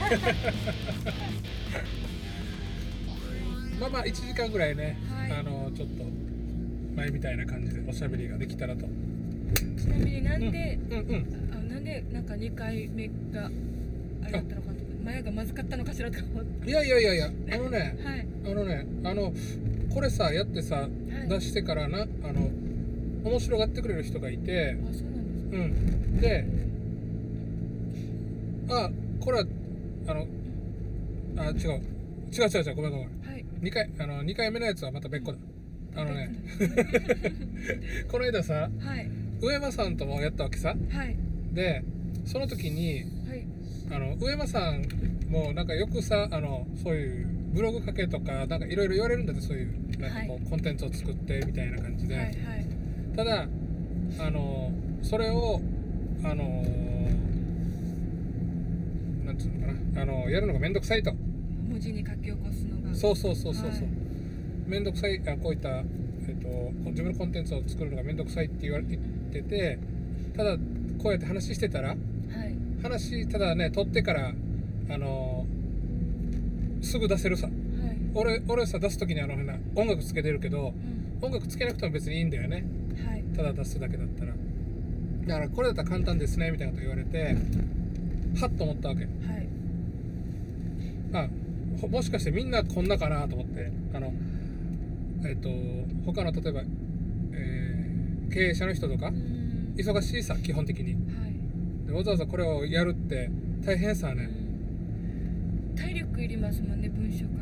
まあまあ1時間ぐらいね、 はい、 ちょっと前みたいな感じでおしゃべりができたらと。 ちなみになんで、 なんでなんか2回目があれだったのかとか、前がまずかったのかしらとか思って。 いやはいこれさやってさ、 はい、 出してからな面白がってくれる人がいて、 あ、そうなんですか。 でこれは違うごめん、 はい、 2回目のやつはまた別個だ。この間さ、 はい、 上間さんともやったわけさ。 はい、 でその時に、 はい、 上間さんもなんかよくさそういうブログ書けとかなんかいろいろ言われるんだって、そういうなんかこう、コンテンツを作ってみたいな感じで、 はいはい、 ただそれをなんつうのかな、やるのがめんどくさいと。 文字に書き起こすのが。 そう、 はい、 めんどくさい、こういった、自分のコンテンツを作るのがめんどくさいって言ってて、ただこうやって話してたら、 はい、 ただね撮ってからすぐ出せるさ。 はい、 俺さ出す時に音楽つけてるけど、音楽つけなくても別にいいんだよね、 はい、 ただ出すだけだったら。だからこれだったら簡単ですねみたいなこと言われて、はっと思ったわけ。 はい、 もしかしてみんなこんなかなと思って、他の例えば、経営者の人とか忙しいさ基本的に、 はい、 でわざわざこれをやるって大変さね。 体力いりますもんね、文章書くって。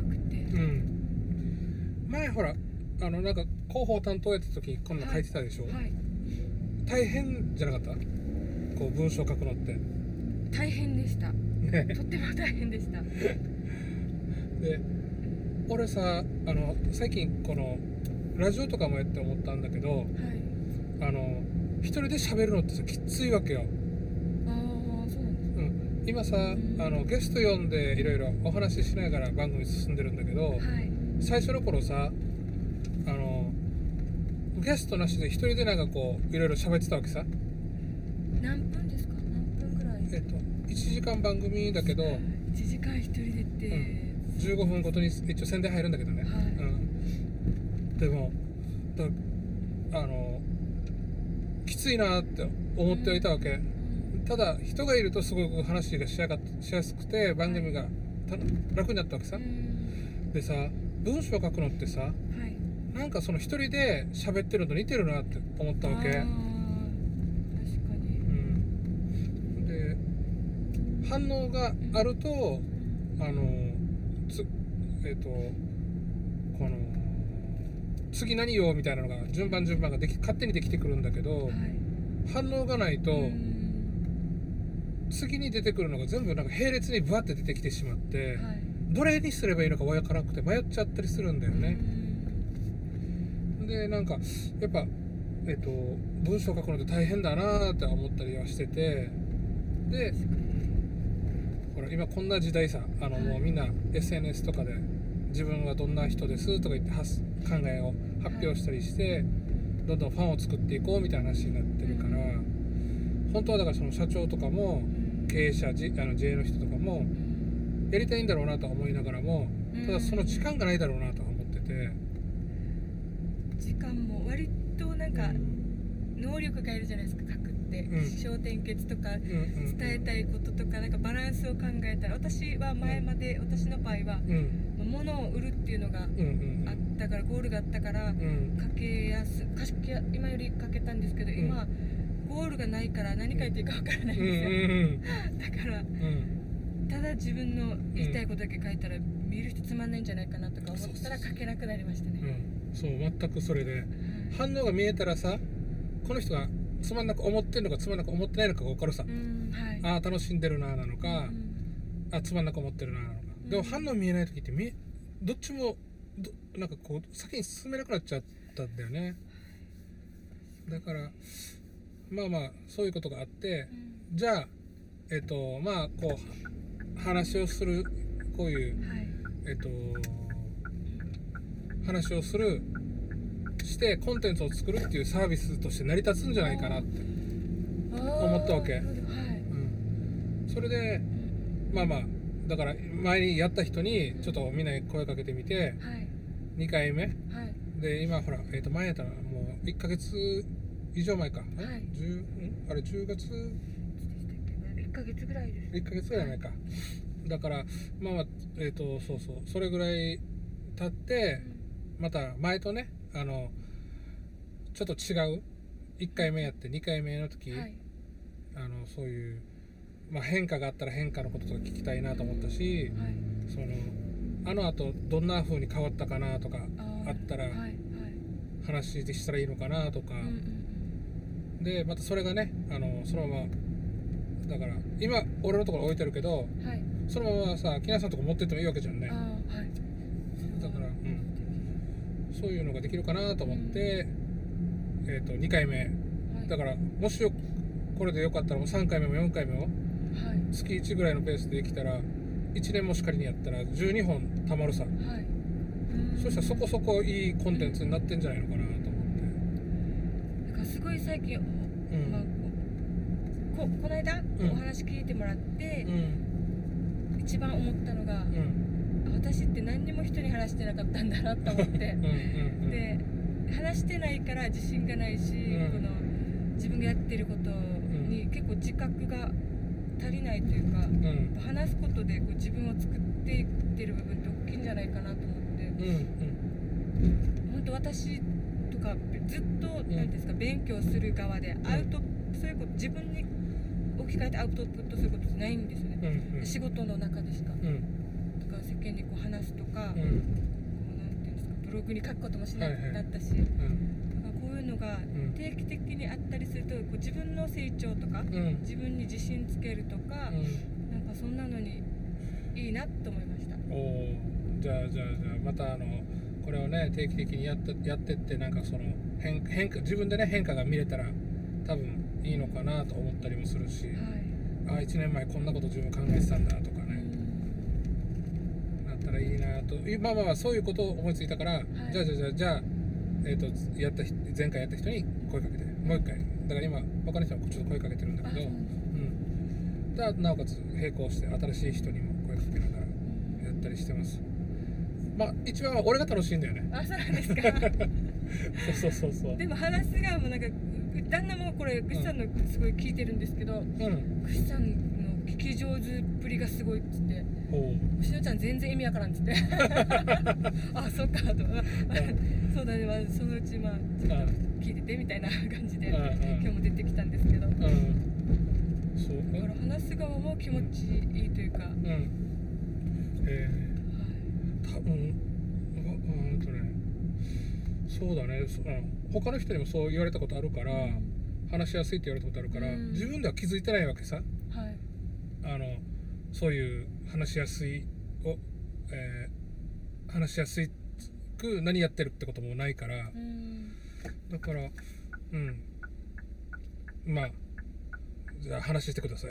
前ほらなんか広報担当やった時にこんなの書いてたでしょ、はい、大変じゃなかった？こう文章書くのって大変でした、ね、とっても大変でしたで俺さ最近このラジオとかもやって思ったんだけど、はい、一人で喋るのってさきついわけよ。 そうなんですか。 今さゲスト呼んでいろいろお話ししながら番組進んでるんだけど、はい、最初の頃さゲストなしで一人でなんかこういろいろ喋ってたわけさ。 何分ですか？何分くらい ？1時間番組だけど 1時間一人でって、 15分ごとに一応宣伝入るんだけどね、はい、でもきついなって思ってはいたわけ、ただ人がいるとすごく話がしやすくて番組が楽になったわけさ、でさ文章書くのってさ、はい、なんかその一人で喋ってるのと似てるなって思ったわけ。確かに、 で反応があるとこの次何よみたいなのが順番が勝手にできてくるんだけど、はい、反応がないと次に出てくるのが全部なんか並列にブワッて出てきてしまって、はい、どれにすればいいのかわからなくて迷っちゃったりするんだよね。でなんかやっぱ文章書くのって大変だなって思ったりはしてて、でほら今こんな時代さもうみんな SNS とかで自分はどんな人ですとか言って考えを発表したりして、どんどんファンを作っていこうみたいな話になってるから、本当はだからその社長とかも経営者JA の人とかもやりたいんだろうなとは思いながらも、ただその時間がないだろうなとは思ってて、 時間も割となんか能力がいるじゃないですか、書くって、小点結とか伝えたいこととか、なんかバランスを考えたら、私は前まで、私の場合は物を売るっていうのがあったから、ゴールがあったから今より書けたんですけど、今ゴールがないから何書いていいかわからないんですよだからただ自分の言いたいことだけ書いたら見る人つまんないんじゃないかなとか思ったら書けなくなりましたね。 そう全くそれで、反応が見えたらさ、この人がつまんなく思ってるのかつまんなく思ってないのかが分かるさ、はい、楽しんでるななのか、つまんなく思ってるななのか、でも反応見えない時ってどっちもなんかこう先に進めなくなっちゃったんだよね。だからまあそういうことがあって、じゃあまあこう話をするこういう、はい、話をしてコンテンツを作るっていうサービスとして成り立つんじゃないかなって思ったわけ、それでまあだから前にやった人にちょっとみんなに声かけてみて、2回目、で今ほら、前やったらもう1ヶ月以上前か、あれ10月 1ヶ月ぐらいです。 1ヶ月ぐらい前か、だからまあそうそれぐらい経って、また前とねちょっと違う1回目やって2回目の時、そういう、まあ、変化があったら変化のこととか聞きたいなと思ったし、その後どんな風に変わったかなとかあったら話したらいいのかなとか、でまたそれがねそのままだから今俺のところ置いてるけど、そのままさ木梨さんのとこ持ってってもいいわけじゃんね。だから、そういうのができるかなと思って、2回目、だからもしこれでよかったらもう3回目も4回目も、月1ぐらいのペースでできたら1年もしかりにやったら12本たまるさ、そしたらそこそこいいコンテンツになってんじゃないのかなと思って。 だからすごい最近、この間お話聞いてもらって、一番思ったのが、私って何にも人に話してなかったんだなと思ってで話してないから自信がないし、この自分がやってることに結構自覚が足りないというか、話すことでこう自分を作っていってる部分って大きいんじゃないかなと思って、本当私とかずっと何ていうんですか、勉強する側でそういうこと自分に置き換えてアウトプットすることってないんですよね、仕事の中でしか、とか世間にこう話すとか、こうなんていうんですか、ブログに書くこともしなくなったし、こういうのが定期的にあったりすると、こう自分の成長とか、自分に自信つけるとか、なんかそんなのにいいなと思いました。 じゃあまたこれをね定期的にやってって、なんかその変化自分でね変化が見れたら多分いいのかなと思ったりもするし、1年前こんなこと自分考えてたんだとかね、なったらいいなと、まあそういうことを思いついたから、じゃあ前回やった人に声かけてもう一回、だから今他の人はちょっと声かけてるんだけど、なおかつ並行して新しい人にも声かけながらやったりしてます。まあ一番は俺が楽しいんだよね。 そうなんですか。そう。でも話す側もなんか旦那もこれグシさんのすごい聞いてるんですけど、グシさんの聞き上手っぷりがすごいっつって、しのちゃん全然意味わからんっつって、そっかと、そうだね、そのうちちょっと聞いててみたいな感じで今日も出てきたんですけど、だから話す側も気持ちいいというか、 多分そうだね、他の人にもそう言われたことあるから、話しやすいって言われたことあるから、自分では気づいてないわけさ、そういう話しやすく何やってるってこともないから、だからまあじゃあ話してください。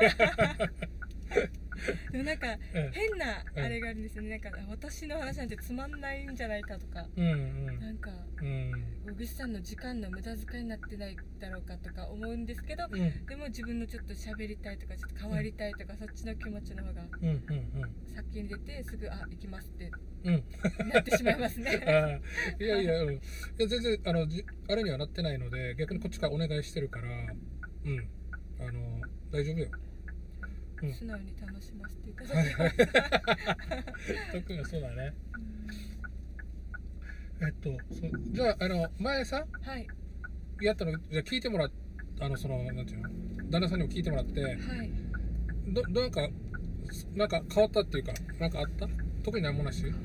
でもなんか変なあれがあるんですよね、なんか私の話なんてつまんないんじゃないかとか、なんか小口さんの時間の無駄遣いになってないだろうかとか思うんですけど、でも自分のちょっと喋りたいとかちょっと変わりたいとか、そっちの気持ちの方が先に出てすぐ行きますってなってしまいますね。 いや全然あれにはなってないので、逆にこっちからお願いしてるから、大丈夫よ。 素直に楽しませていただきます。 特にそうだね。じゃあ前さ、やったのじゃあ聞いてもらっなんていうの、旦那さんにも聞いてもらって、なんか変わったっていうか、なんかあった？特に何もなし？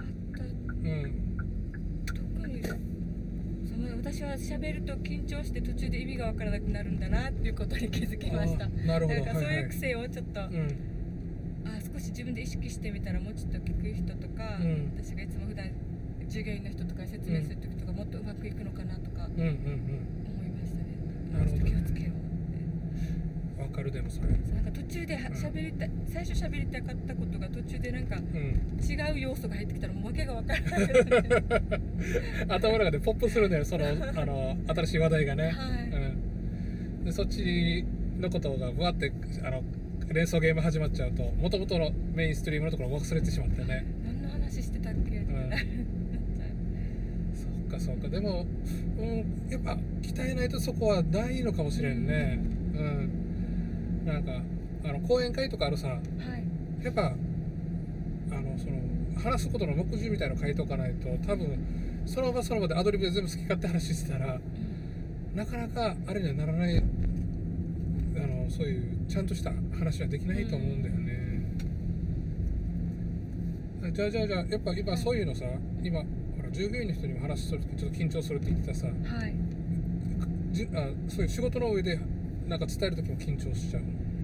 特に私は喋ると緊張して途中で意味が分からなくなるんだなっていうことに気づきました。 なるほど。 なんかそういう癖をちょっと、少し自分で意識してみたらもうちょっと聞く人とか、私がいつも普段従業員の人とかに説明する時とかもっとうまくいくのかなとか思いましたね。 なるほど。 気をつけよう。 わかる。でもそれなんか途中で最初喋りたかったことが途中でなんか違う要素が入ってきたらもう訳が分からない頭の中でポップするんだよ、その新しい話題がね。でそっちのことがぶわって連想ゲーム始まっちゃうと元々のメインストリームのところを忘れてしまってね。 何の話してたっけってなる、 そうかでも、やっぱ鍛えないとそこはないのかもしれんね。なんか講演会とかあるさ、 はい、 やっぱその話すことの目次みたいなの書いておかないと、多分その場その場でアドリブで全部好き勝手話してたら、なかなかあれにはならない、そういうちゃんとした話はできないと思うんだよね。じゃあやっぱ今そういうのさ、今ほら従業員の人にも話するときちょっと緊張するって言ってたさ、 はい、 そういう仕事の上でなんか伝えるときも緊張しちゃう。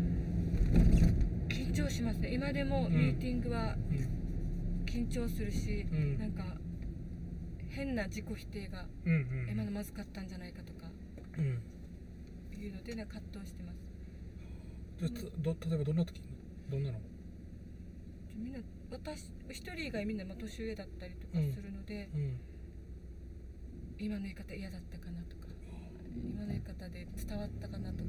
緊張しますね。今でもミーティングは緊張するし、なんか変な自己否定が、今のまずかったんじゃないかとか、いうので葛藤してます。 例えばどんな時、どんなの？ みんな私一人以外みんな年上だったりとかするので、今の言い方嫌だったかなとか、今の言い方で伝わったかなとか、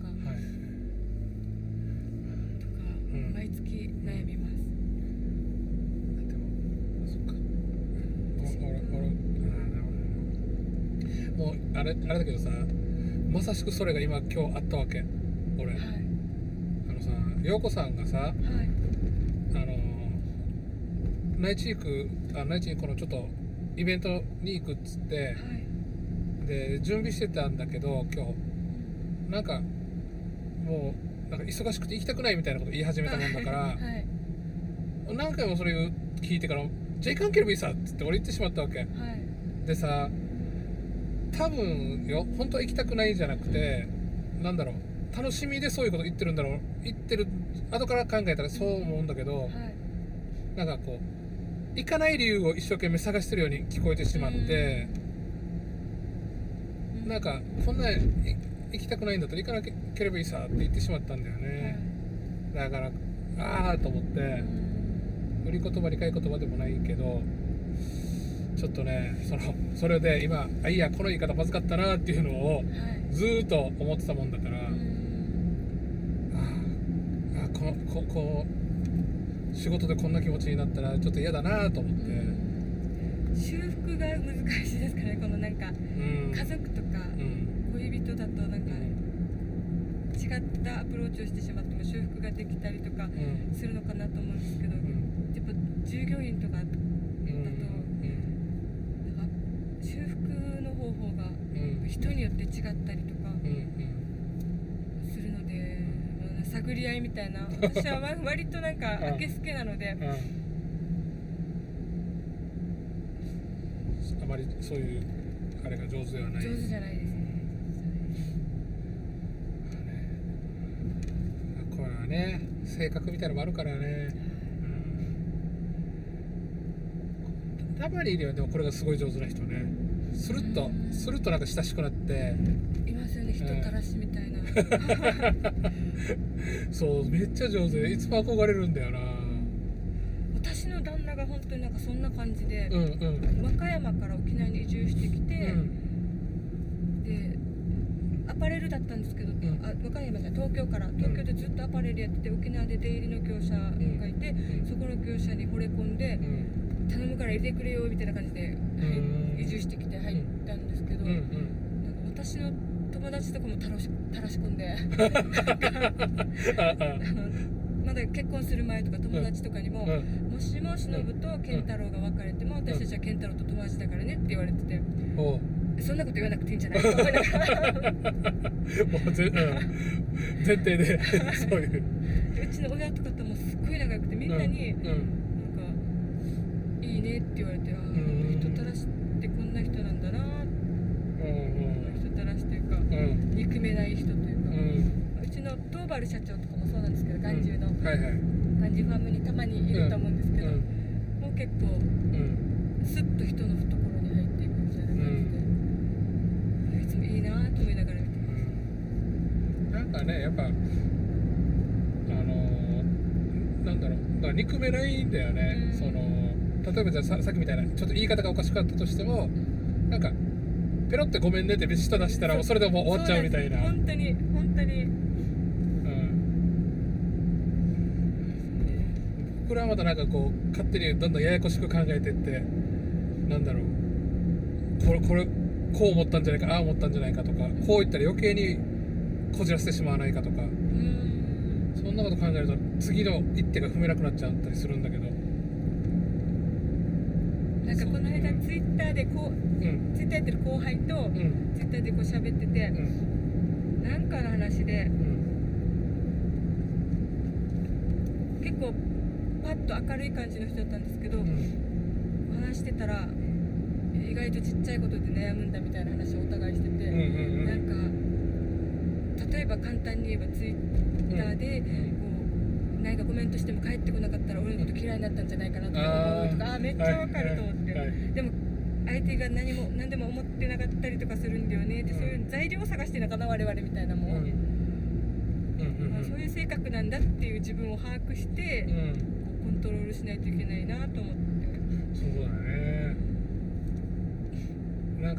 毎月悩みます。 でもそっか。もうあれだけどさ、まさしくそれが今日あったわけ。俺、さ、陽子さんがさ、内地にこのちょっとイベントに行くっつって、で準備してたんだけど、今日なんかもうなんか忙しくて行きたくないみたいなこと言い始めたもんだから、何回もそれを聞いてから、じゃあ行かんければいいさっつって俺言ってしまったわけ。でさ、多分よ、本当は行きたくないんじゃなくて、なんだろう、楽しみでそういうこと言ってるんだろう、言ってる後から考えたらそう思うんだけど、なんかこう行かない理由を一生懸命探してるように聞こえてしまって、なんかこんな行きたくないんだったら行かなければいいさって言ってしまったんだよね。だからと思って、売り言葉理解言葉でもないけど、ちょっとね、それで今いいや、この言い方まずかったなっていうのをずーっと思ってたもんだから、こう仕事でこんな気持ちになったらちょっと嫌だなと思って、 修復が難しいですかね。このなんか、家族とか、恋人だとなんか、違ったアプローチをしてしまっても修復ができたりとかするのかなと思うんですけど、やっぱ従業員とかだと、修復の方法が人によって違ったりとかするので、探り合いみたいな。私は割となんか明けすけなので、 あまりそういうあれが上手ではない。 上手じゃないですね。 これはね、性格みたいなのもあるからね。たまにいるよ。でもこれがすごい上手な人ね。スルッとなんか親しくなっていますよね、人たらしみたいな。 そう、めっちゃ上手でいつも憧れるんだよな。 私の旦那が本当になんかそんな感じで、和歌山から沖縄に移住してきて、でアパレルだったんですけど、和歌山じゃ東京でずっとアパレルやってて、沖縄で出入りの業者がいて、そこの業者に惚れ込んで、頼むから入れてくれよみたいな感じで、移住してきて入ったんですけど、なんか私の友達とかもたらし込んでまだ結婚する前とか友達とかにも、もしも忍と健太郎が別れても、私たちは健太郎と友達だからねって言われてて、そんなこと言わなくていいんじゃないかと思いながらもう前提でそういううちの親とかともすっごい仲良くて、みんなになんかいいねって言われて、人たらしってこんな人なんだな、人たらしというか、憎めない人というか、うちの東原社長とかもそうなんですけど、眼中の眼中ファームにたまにいると思うんですけど、もう結構スッと人の懐に入っていくみたいな感じで、いつもいいなと思いながら見てます。 なんかね、やっぱなんだろう、だから憎めないんだよね。例えばじゃあさっきみたいなちょっと言い方がおかしかったとしても、なんかペロってごめんねって舌出したらそれでもう終わっちゃうみたいな。 本当にこれはまたなんかこう勝手にどんどんややこしく考えてって、なんだろう、これこう思ったんじゃないか、ああ思ったんじゃないかとか、こう言ったら余計にこじらせてしまわないかとか、そんなこと考えると次の一手が踏めなくなっちゃったりするんだけど、 なんかこの間ツイッターでこう、ツイッターやってる後輩と、ツイッターでこう喋ってて、なんかの話で、結構パッと明るい感じの人だったんですけど、話してたら意外とちっちゃいことで悩むんだみたいな話をお互いしてて、なんか例えば簡単に言えばツイッターでこう何かコメントしても返ってこなかったら俺のこと嫌いになったんじゃないかなとか思うとか、めっちゃわかると思って、でも相手が何でも思ってなかったりとかするんだよねって、そういう材料を探してるのかな我々みたいなもん、そういう性格なんだっていう自分を把握して、コントロールしないといけないなと思って。 そうだね、なんか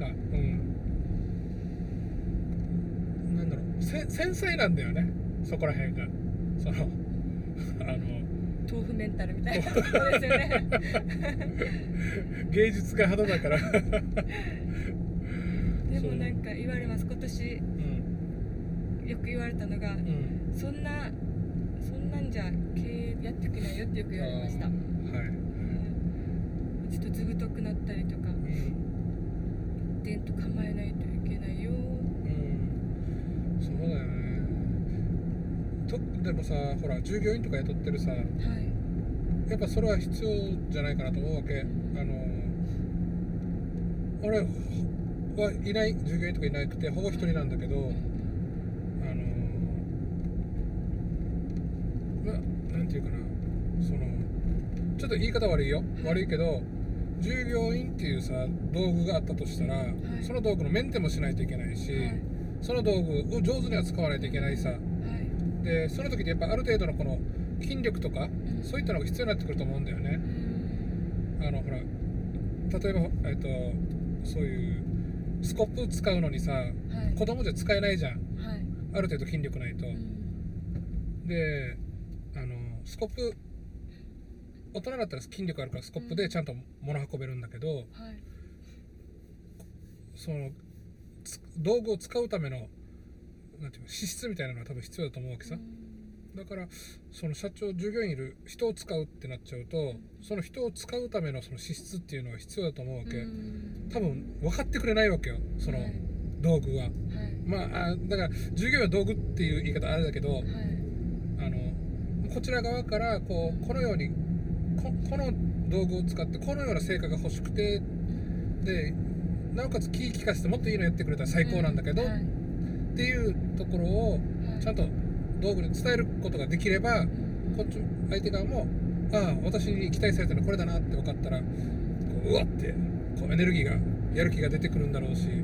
なんだろう、繊細なんだよね、そこら辺が、その豆腐メンタルみたいなところですよね芸術家肌だからでもなんか言われます、今年、よく言われたのが、そんなんじゃ経営やってくれないよってよく言われました。ちょっとずぶとくなったりとか、でんと構えないといけないよ。 そうだよね。でもさ、ほら従業員とか雇ってるさ、やっぱそれは必要じゃないかなと思うわけ。俺はいない、従業員とかいなくてほぼ一人なんだけど、なんていうかな、そのちょっと言い方悪いよ、悪いけど、従業員っていうさ道具があったとしたら、その道具のメンテもしないといけないし、その道具を上手には使わないといけないさ、でその時ってやっぱある程度のこの筋力とか、そういったのが必要になってくると思うんだよね。ほら例えば、そういうスコップ使うのにさ、子供じゃ使えないじゃん、ある程度筋力ないと、でスコップ、大人だったら筋力あるからスコップでちゃんと物運べるんだけど、その道具を使うためのなんていうか資質みたいなのは多分必要だと思うわけさ。だからその社長、従業員いる人を使うってなっちゃうと、その人を使うためのその資質っていうのが必要だと思うわけ。多分分かってくれないわけよ、その道具は。まあだから従業員は道具っていう言い方あれだけど、こちら側からこのようにこの道具を使ってこのような成果が欲しくて、でなおかつ気利かせてもっといいのやってくれたら最高なんだけど、っていうところをちゃんと道具に伝えることができれば、相手側も私に期待されたのはこれだなって分かったら、うわってエネルギーがやる気が出てくるんだろうし、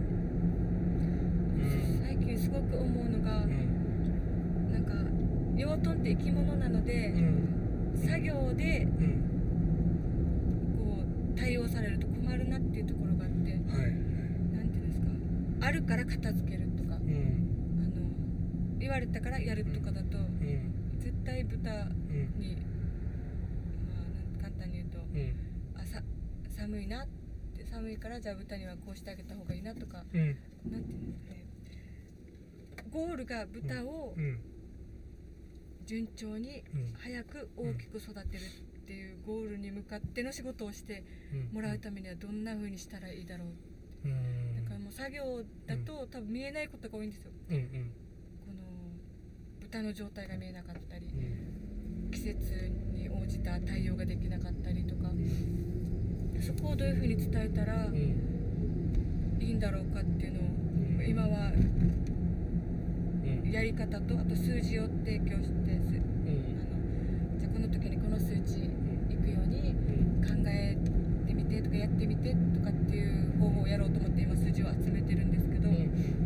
最近すごく思うのが、なんか養豚って生き物なので、作業でこう対応されると困るなっていうところがあって、なんていうんですか、あるから片付けるとか、言われたからやるとかだと、絶対豚に、簡単に言うと、寒いなって、寒いからじゃあ豚にはこうしてあげた方がいいなとか、なんていうんですかね、ゴールが豚を順調に早く大きく育てるっていうゴールに向かっての仕事をしてもらうためにはどんな風にしたらいいだろう。だからもう作業だと多分見えないことが多いんですよ。この豚の状態が見えなかったり、季節に応じた対応ができなかったりとか、そこをどういう風に伝えたらいいんだろうかっていうのを今はやり方と、あと数字を提供して、じゃあこの時にこの数値いくように考えてみてとかやってみてとかっていう方法をやろうと思って今数字を集めてるんですけど、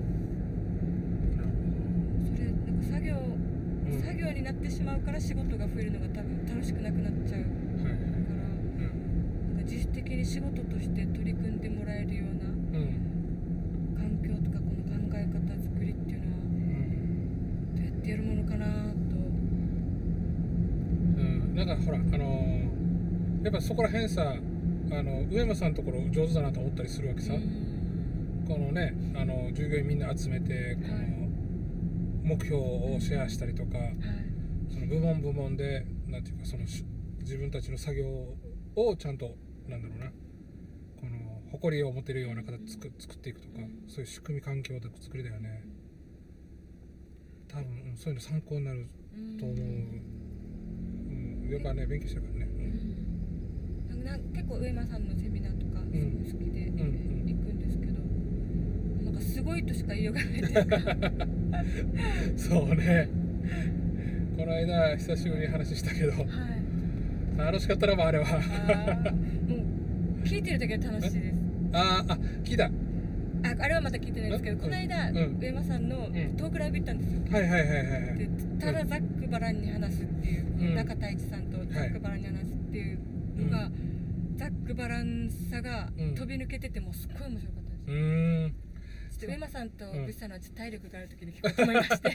それなんか作業になってしまうから仕事が増えるのが多分楽しくなくなっちゃうから、なんか自主的に仕事として取り組んでもらえるような環境とかこの考え方作りっていうのはどうやってやるものかなと。 なんかほらやっぱそこら辺さ上間さんのところ上手だなと思ったりするわけさ、このね従業員みんな集めてこの目標をシェアしたりとか、その部門でなんていうかその自分たちの作業をちゃんとなんだろうなこの誇りを持てるような形作っていくとか、そういう仕組み環境で作りだよね。多分そういうの参考になると思う。やっぱね勉強してるからね。 結構上間さんのセミナーとかすごい好きで行くんですけど、なんかすごいとしか言いようがないっていうかそうね。この間久しぶりに話したけど、楽しかったらあれはもう聞いてるだけで楽しいです。 聞いた。 あれはまた聞いてないんですけど、この間上間さんのトークライブ行ったんですよ。でただざっくばらんに話すっていう、中田一さんとざっくばらんに話すっていうのが、ざっくばらんさが飛び抜けててもすっごい面白かったです。ちょっと上間さんとブシさんのは体力がある時で聞こうと思いまして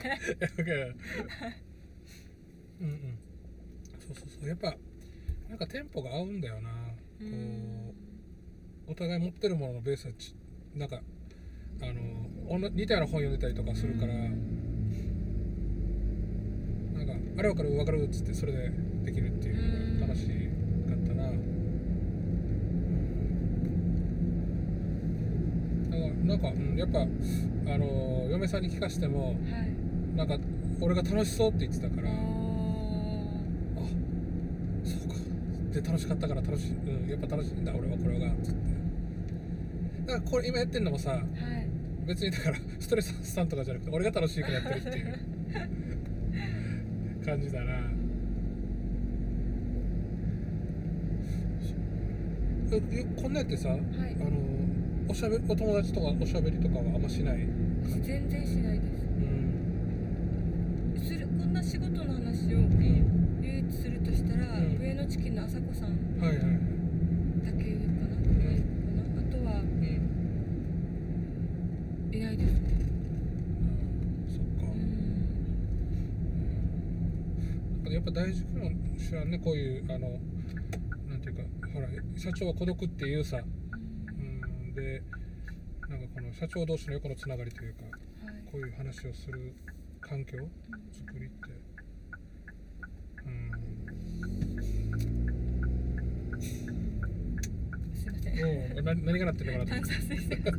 そうやっぱなんかテンポが合うんだよな。こうお互い持ってるもののベースはなんか似たような本読んでたりとかするから、なんかあれ分かるっつってそれでできるっていうのが楽しかったな。なんかやっぱ嫁さんに聞かしても、なんか俺が楽しそうって言ってたから、そうかで楽しかったからやっぱ楽しいんだ俺はこれがつって。だからこれ今やってんのもさ、別にだからストレス発散とかじゃなくて俺が楽しいからやってるっていう感じだな。こんなやってさ、お友達とかおしゃべりとかはあんましない？ 全然しないです。こんな仕事の話を唯一するとしたら、上野チキンのあさこさんだけかな。あとはいないですね。 そっか。やっぱ大事かもしらんね、こういうなんていうかほら社長は孤独っていうさ、でなんかこの社長同士の横のつながりというか、こういう話をする環境作りって、 すいません。 何がなってんのかなって。 炭酸水大丈夫。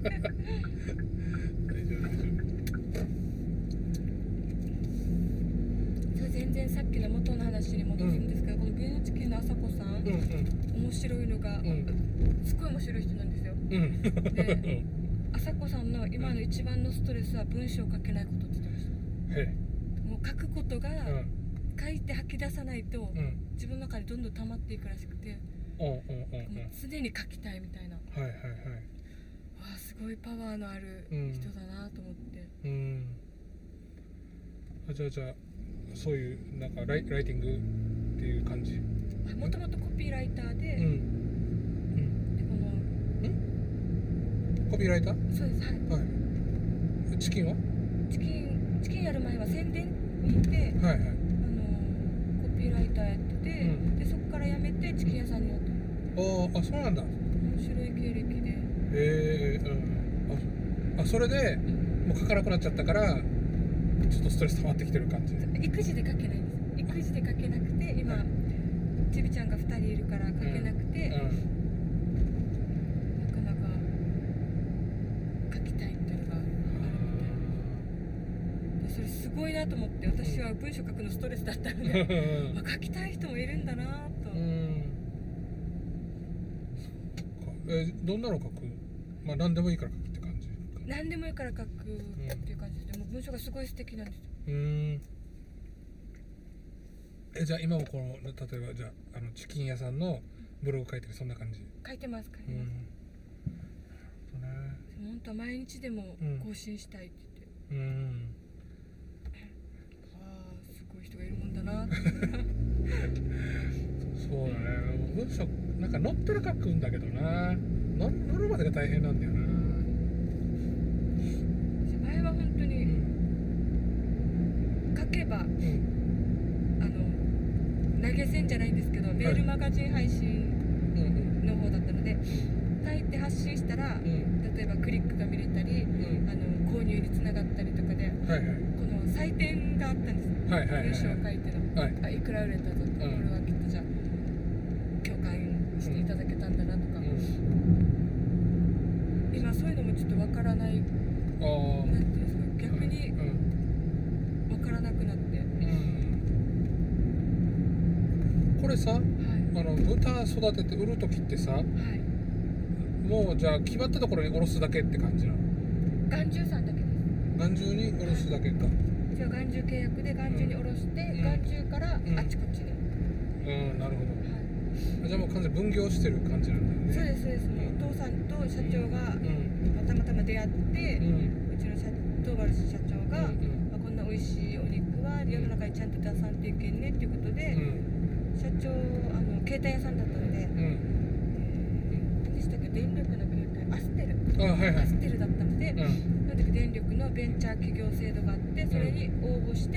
全然さっきの元の話に戻すんですけど、この芸能チキンのあさこさん、面白いのが、すごい面白い人なんですよ。で、あさこさんの今の一番のストレスは文章を書けないことって言ってました。もう書くことが、書いて吐き出さないと、自分の中でどんどん溜まっていくらしくて、もう常に書きたいみたいな。すごいパワーのある人だなと思って。 じゃあそういうなんかライティングっていう感じ。 もともとコピーライターで、 コピーライター？ そうです。 チキンは？チキンやる前は宣伝に行って、コピーライターやってて、でそこから辞めてチキン屋さんになった。 そうなんだ。 面白い経歴で。 それでもう書かなくなっちゃったからちょっとストレス溜まってきてる感じ。 育児で書けないんです。育児で書けなくて、今ちびちゃんが2人いるから書けなくて、なかなか書きたいっていうのがあるみたいで、それすごいなと思って、私は文章書くのストレスだったので書きたい人もいるんだなと。 どんなの書く？何でもいいから書くって感じ。 何でもいいから書くっていう感じで、もう文章がすごい素敵なんですよ。 じゃあ今もこの例えばじゃあチキン屋さんのブログ書いてるそんな感じ？書いてます。本当は毎日でも更新したいって言って。すごい人がいるもんだなって。そうだね。文章なんか乗ってる書くんだけどな。乗るまでが大変なんだよな。前は本当に書けば、投げペセンじゃないんですけど、メールマガジン配信の方だったので、書いて発信したら、例えばクリックが見れたり、購入につながったりとかで、この採点があったんです。文章を書いての、いくら売れたぞ、これはきっとじゃあ共感していただけたんだなとか、今そういうのもちょっとわからない、なんていうんですか、逆にわからなくなって、 これさ、豚育てて売るときってさ、もうじゃあ決まったところにおろすだけって感じなの？ 眼中さんだけです。 眼中におろすだけか。 じゃあ眼中契約で眼中におろして、眼中からあっちこっちに。 なるほど。じゃあもう完全に分業してる感じなんだよね。 そうですそうです。お父さんと社長がたまたま出会って、うちの東原社長が、こんな美味しいお肉は世の中にちゃんと出さんといけんねっていうことで、社長携帯屋さんだったので、何でしたっけ、電力の携帯アステル、アステルだったので、なんだっけ、電力のベンチャー企業制度があって、それに応募して、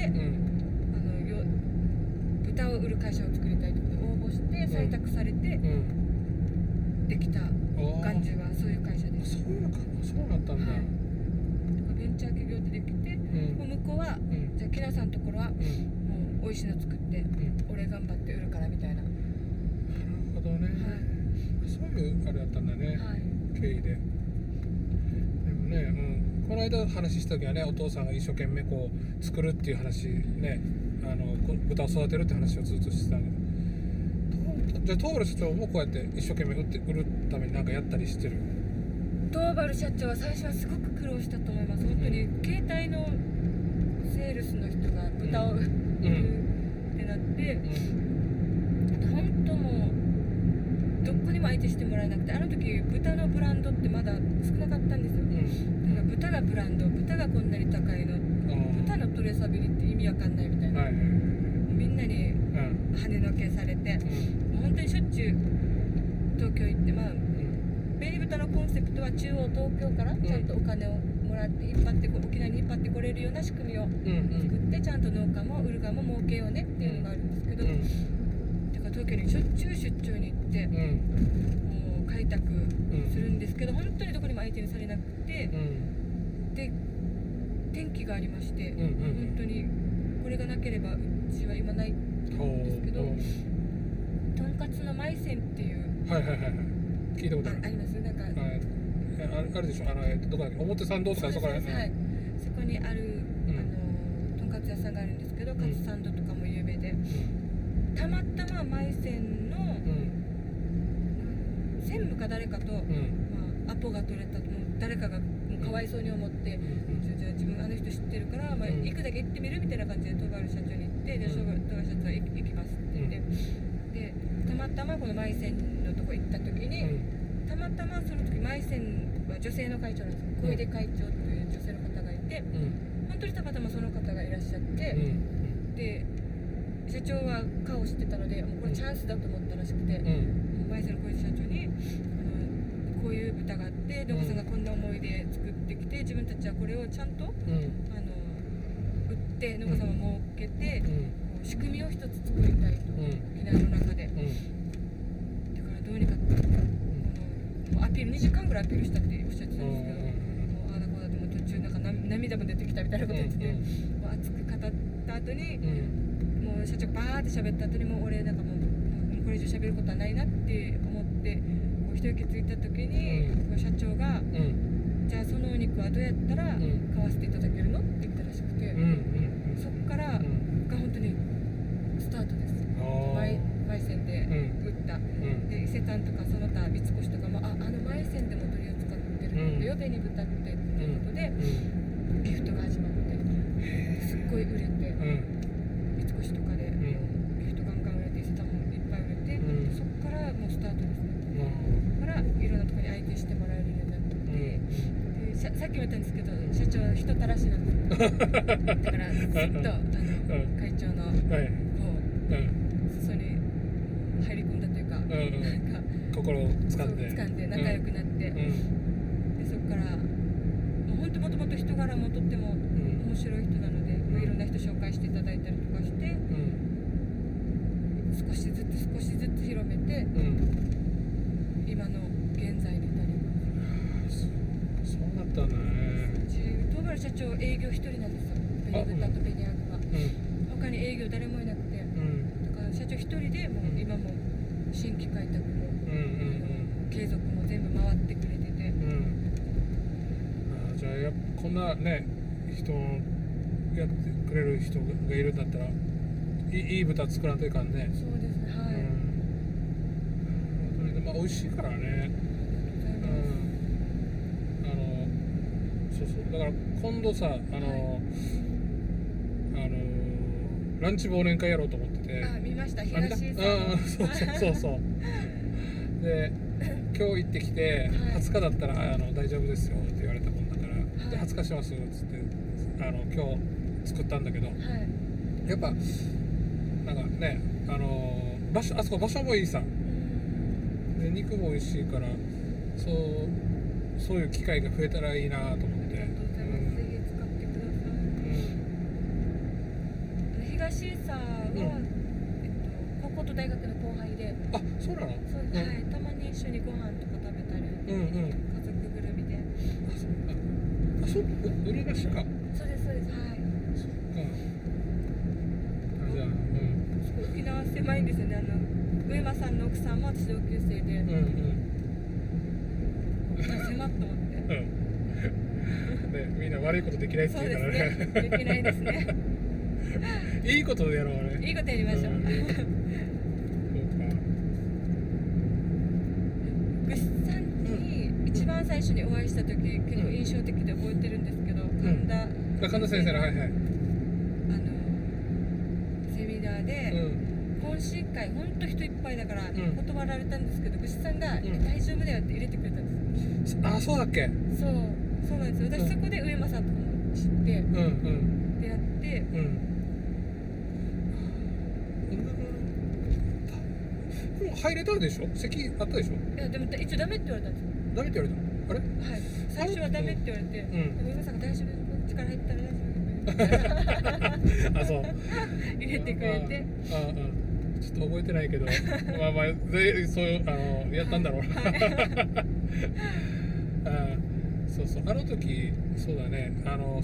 豚を売る会社を作りたいということで応募して採択されて、できた眼中はそういう会社です。 そうなったんだ。 ベンチャー企業ってできて、向こうは、じゃあキラさんのところは、もう美味しいの作って、俺頑張って売るからみたいな。 なるほどね。そういうあれだったんだね。経緯で。でもね、この間話した時はね、お父さんが一生懸命こう作るっていう話ね、豚を育てるって話をずっとしてたんだけど、じゃあ東原社長もこうやって一生懸命売るために何かやったりしてる？ 東原社長は最初はすごく苦労したと思います。本当に携帯のセールスの人が豚を売るってなって、本当もうどこにも相手してもらえなくて、あの時豚のブランドってまだ少なかったんですよ。だから豚がブランド、豚がこんなに高いの、豚のトレーサビリティ意味わかんないみたいな、みんなに跳ねのけされて、もう本当にしょっちゅう東京行って、ベリ豚のコンセプトは中央東京からちゃんとお金をもらって引っ張って沖縄に引っ張ってこれるような仕組みを作って、ちゃんと農家も売る側も儲けようねっていうのがあるんですけど、だから東京にしょっちゅう出張に行って、もう開拓するんですけど、本当にどこにも相手にされなくて、で転機がありまして、本当にこれがなければうちは今ないんですけど、とんかつのマイセンっていう、 聞いたことある。 あります。なんかあるでしょ。どこだっけ、表参道とかそこら辺。 そこにあるとんかつ屋さんがあるんですけど、カツサンドとかも有名で、たまたまマイセンの専務か誰かと、アポが取れたと、誰かがかわいそうに思って、じゃあ自分あの人知ってるから、行くだけ行ってみるみたいな感じで東原社長に行って、東原社長は行きますって言って、でたまたまこのマイセンのとこ行った時に、たまたまその時マイセンは女性の会長なんですよ。小出会長という女性の方がいて、本当にたまたまその方がいらっしゃって、で社長は顔を知ってたので、もうこれチャンスだと思ったらしくて、マイセンの小出社長にこういう豚があって、農家さんがこんな思いで作ってきて、自分たちはこれをちゃんと、売って農家さんも儲けて、仕組みを一つ作りたいと、沖縄の中で、だからどうにかもうアピール2時間ぐらいアピールしたっておっしゃってたんですけど、もうああだこうだってもう途中なんか涙も出てきたみたいなこと言ってて、もう熱く語った後に、もう社長がバーって喋った後に、もう俺なんかもうこれ以上喋ることはないなって思って。一息ついた時に、社長が、じゃあそのお肉はどうやったら買わせていただけるのって言ったらしくて、そこからが本当にスタートです。マイセンで売った、で伊勢丹とかその他三越とかもあのマイセンでも取り扱ってるんだよ、紅豚ってっていうことで、ギフトが始まって、すっごい売れて、三越とかで、ギフトガンガン売れて、伊勢丹もいっぱい売れて、そこからもうスタートですね。からいろんなところに相手してもらえるようになって、さっきも言ったんですけど、社長は人たらしなんですよ。だからずっと会長の裾に入り込んだというか、なんか心を掴んで仲良くなって、でそこからもともと人柄もとっても面白い人なので、いろんな人紹介していただいたりとかして、少し 、今の現在に至ります。 そうだったんだね。 東原社長営業一人なんですよ、ベニブタとベニアグは。他に営業誰もいなくて、だから社長一人でもう今も新規開拓も、継続も全部回ってくれてて、 じゃあやっぱこんなね人やってくれる人がいるんだったらいい豚作らんといかんね。 そうですね、はい、 本当にまあ美味しいからね。そうだから今度さランチ忘年会やろうと思ってて。 見ました、東さんの。そうで今日行ってきて、20日だったら大丈夫ですよって言われたもんだから、で20日しますっつって今日作ったんだけど、やっぱなんかねあそこ場所もいいさ、で肉も美味しいから、そういう機会が増えたらいいなと思って。 ぜひ使ってください。東さんは、高校と大学の後輩で。 あ、そうなの？ そう、はい、たまに一緒にご飯とか食べたり、家族ぐるみで。 売り菓子か。 そうです、はい。 そっか。じゃあ、 沖縄狭いんですよね。上間さんの奥さんも私同級生で。狭っと思って。 みんな悪いことできないって言うからね。 そうですね。できないですね。 いいことでやろうね。 いいことやりましょう。ぐっさんに一番最初にお会いした時、結構印象的で覚えてるんですけど、 神田先生のセミナーで、懇親会ほんと人いっぱいだから断られたんですけど、ぐっさんが大丈夫だよって入れてくれたんです。 あ、そうだっけ？ そうなんですよ。私そこで上間さんとかも知って出会って、 入れたでしょ？席あったでしょ？ いやでも一応ダメって言われたんですよ。 ダメって言われた？あれ？ はい。最初はダメって言われて、上間さんが大丈夫、力入ったら大丈夫。 あ、そう。 入れてくれて。 ちょっと覚えてないけど、そうやったんだろうな。そうあの時そうだね、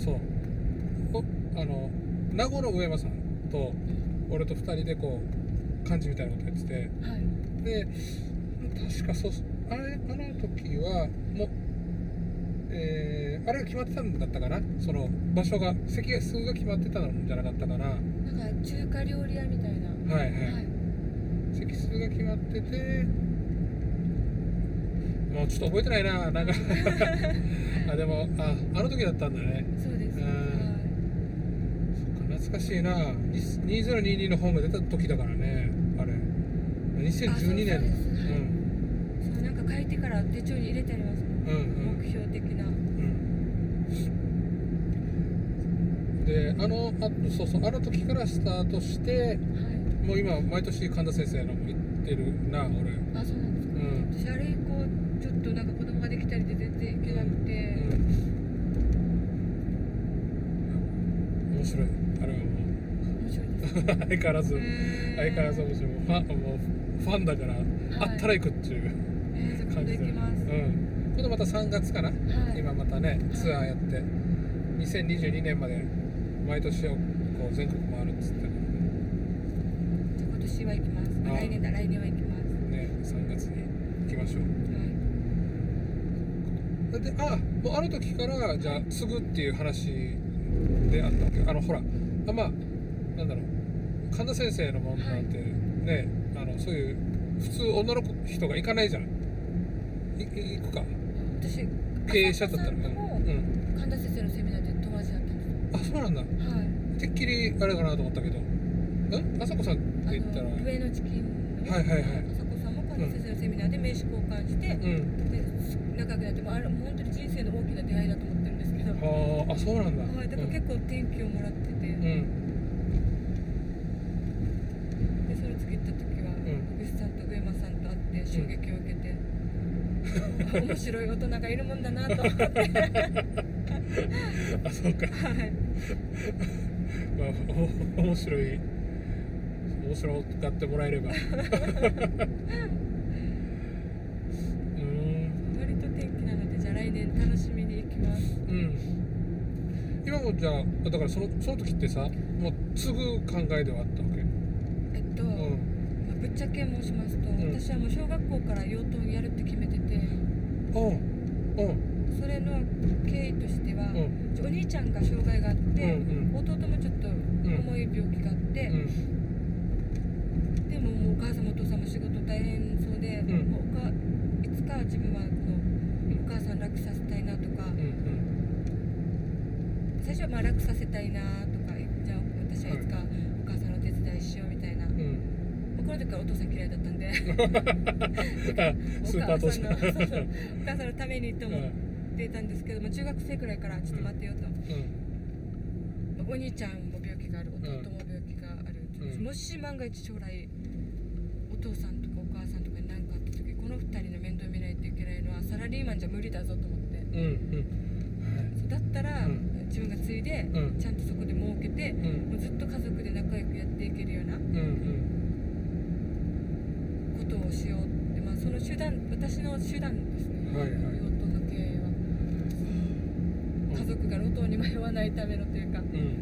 名護の上間さんと俺と2人でこう漢字みたいなことやってて、で確かあの時はもう、あれが決まってたんだったかな、その場所が席数が決まってたんじゃなかったかな。 なんか中華料理屋みたいな。 席数が決まってて、もうちょっと覚えてないな、なんかでもあの時だったんだね。 そうです。 懐かしいな。2022の本が出た時だからね、あれ2012年。 そうなんか書いてから手帳に入れてありますもん。目標的な。 であの時からスタートして、もう今毎年神田先生のも行ってるな、俺。 あ、そうなんですか。私あれ以降ちょっとなんか子供ができたりで全然行けなくて。 面白い。あれはもう面白いです。 相変わらず面白い。もうファンだから、あったら行くっていう感じで。今度また3月かな。今またねツアーやって2022年まで毎年をこう全国回るっつって。 今年は行きます。来年は行きますね。3月に行きましょう。でもうあの時からじゃあ継ぐっていう話であったわけ。ほらなんだろう、神田先生のものなんてね、そういう普通女の人が行かないじゃん。行くか。 私経営者だったら。 神田先生のセミナーで友達だったんですよ。 あ、そうなんだ。てっきりあれかなと思ったけど。あさこさんって言ったら上のチキンのあさこさんも神田先生のセミナーで名刺交換して、で仲良くなって、もう本当に人生の大きな出会いだと思ってるんですけど。 あ、そうなんだ。 だから結構転機をもらってて、でその次行った時は福士さんと上間さんと会って衝撃を受けて、面白い大人がいるもんだなと思ってあ、そうか。面白い。 面白がってもらえれば割と天気なので、じゃあ来年楽しみに行きます。 今もじゃあだからその時ってさ、もう継ぐ考えではあったわけ？ ぶっちゃけ申しますと、私はもう小学校から養豚やるって決めてて、それの経緯としては、お兄ちゃんが障害があって、弟もちょっと重い病気があって、でももうお母さんもお父さんも仕事大変そうで、もういつか自分はこのお母さん楽させたいなとか、最初はまあ楽させたいなとか、じゃあ私はいつかお母さんのお手伝いしようみたいな、この時からお父さん嫌いだったんでスーパー父さんお母さんのためにと思っていたんですけども、中学生くらいからちょっと待ってよと、お兄ちゃんも病気がある、弟も病気がある、もし万が一将来お父さんとかお母さんとかに何かあった時、この2人の面倒見ないといけないのはサラリーマンじゃ無理だぞと思って、そうだったら、自分が継いで、ちゃんとそこで儲けて、もうずっと家族で仲良くやっていけるようなことをしようって、まあ、その手段、私の手段ですね、養豚の経営は、家族が路頭に迷わないためのというか、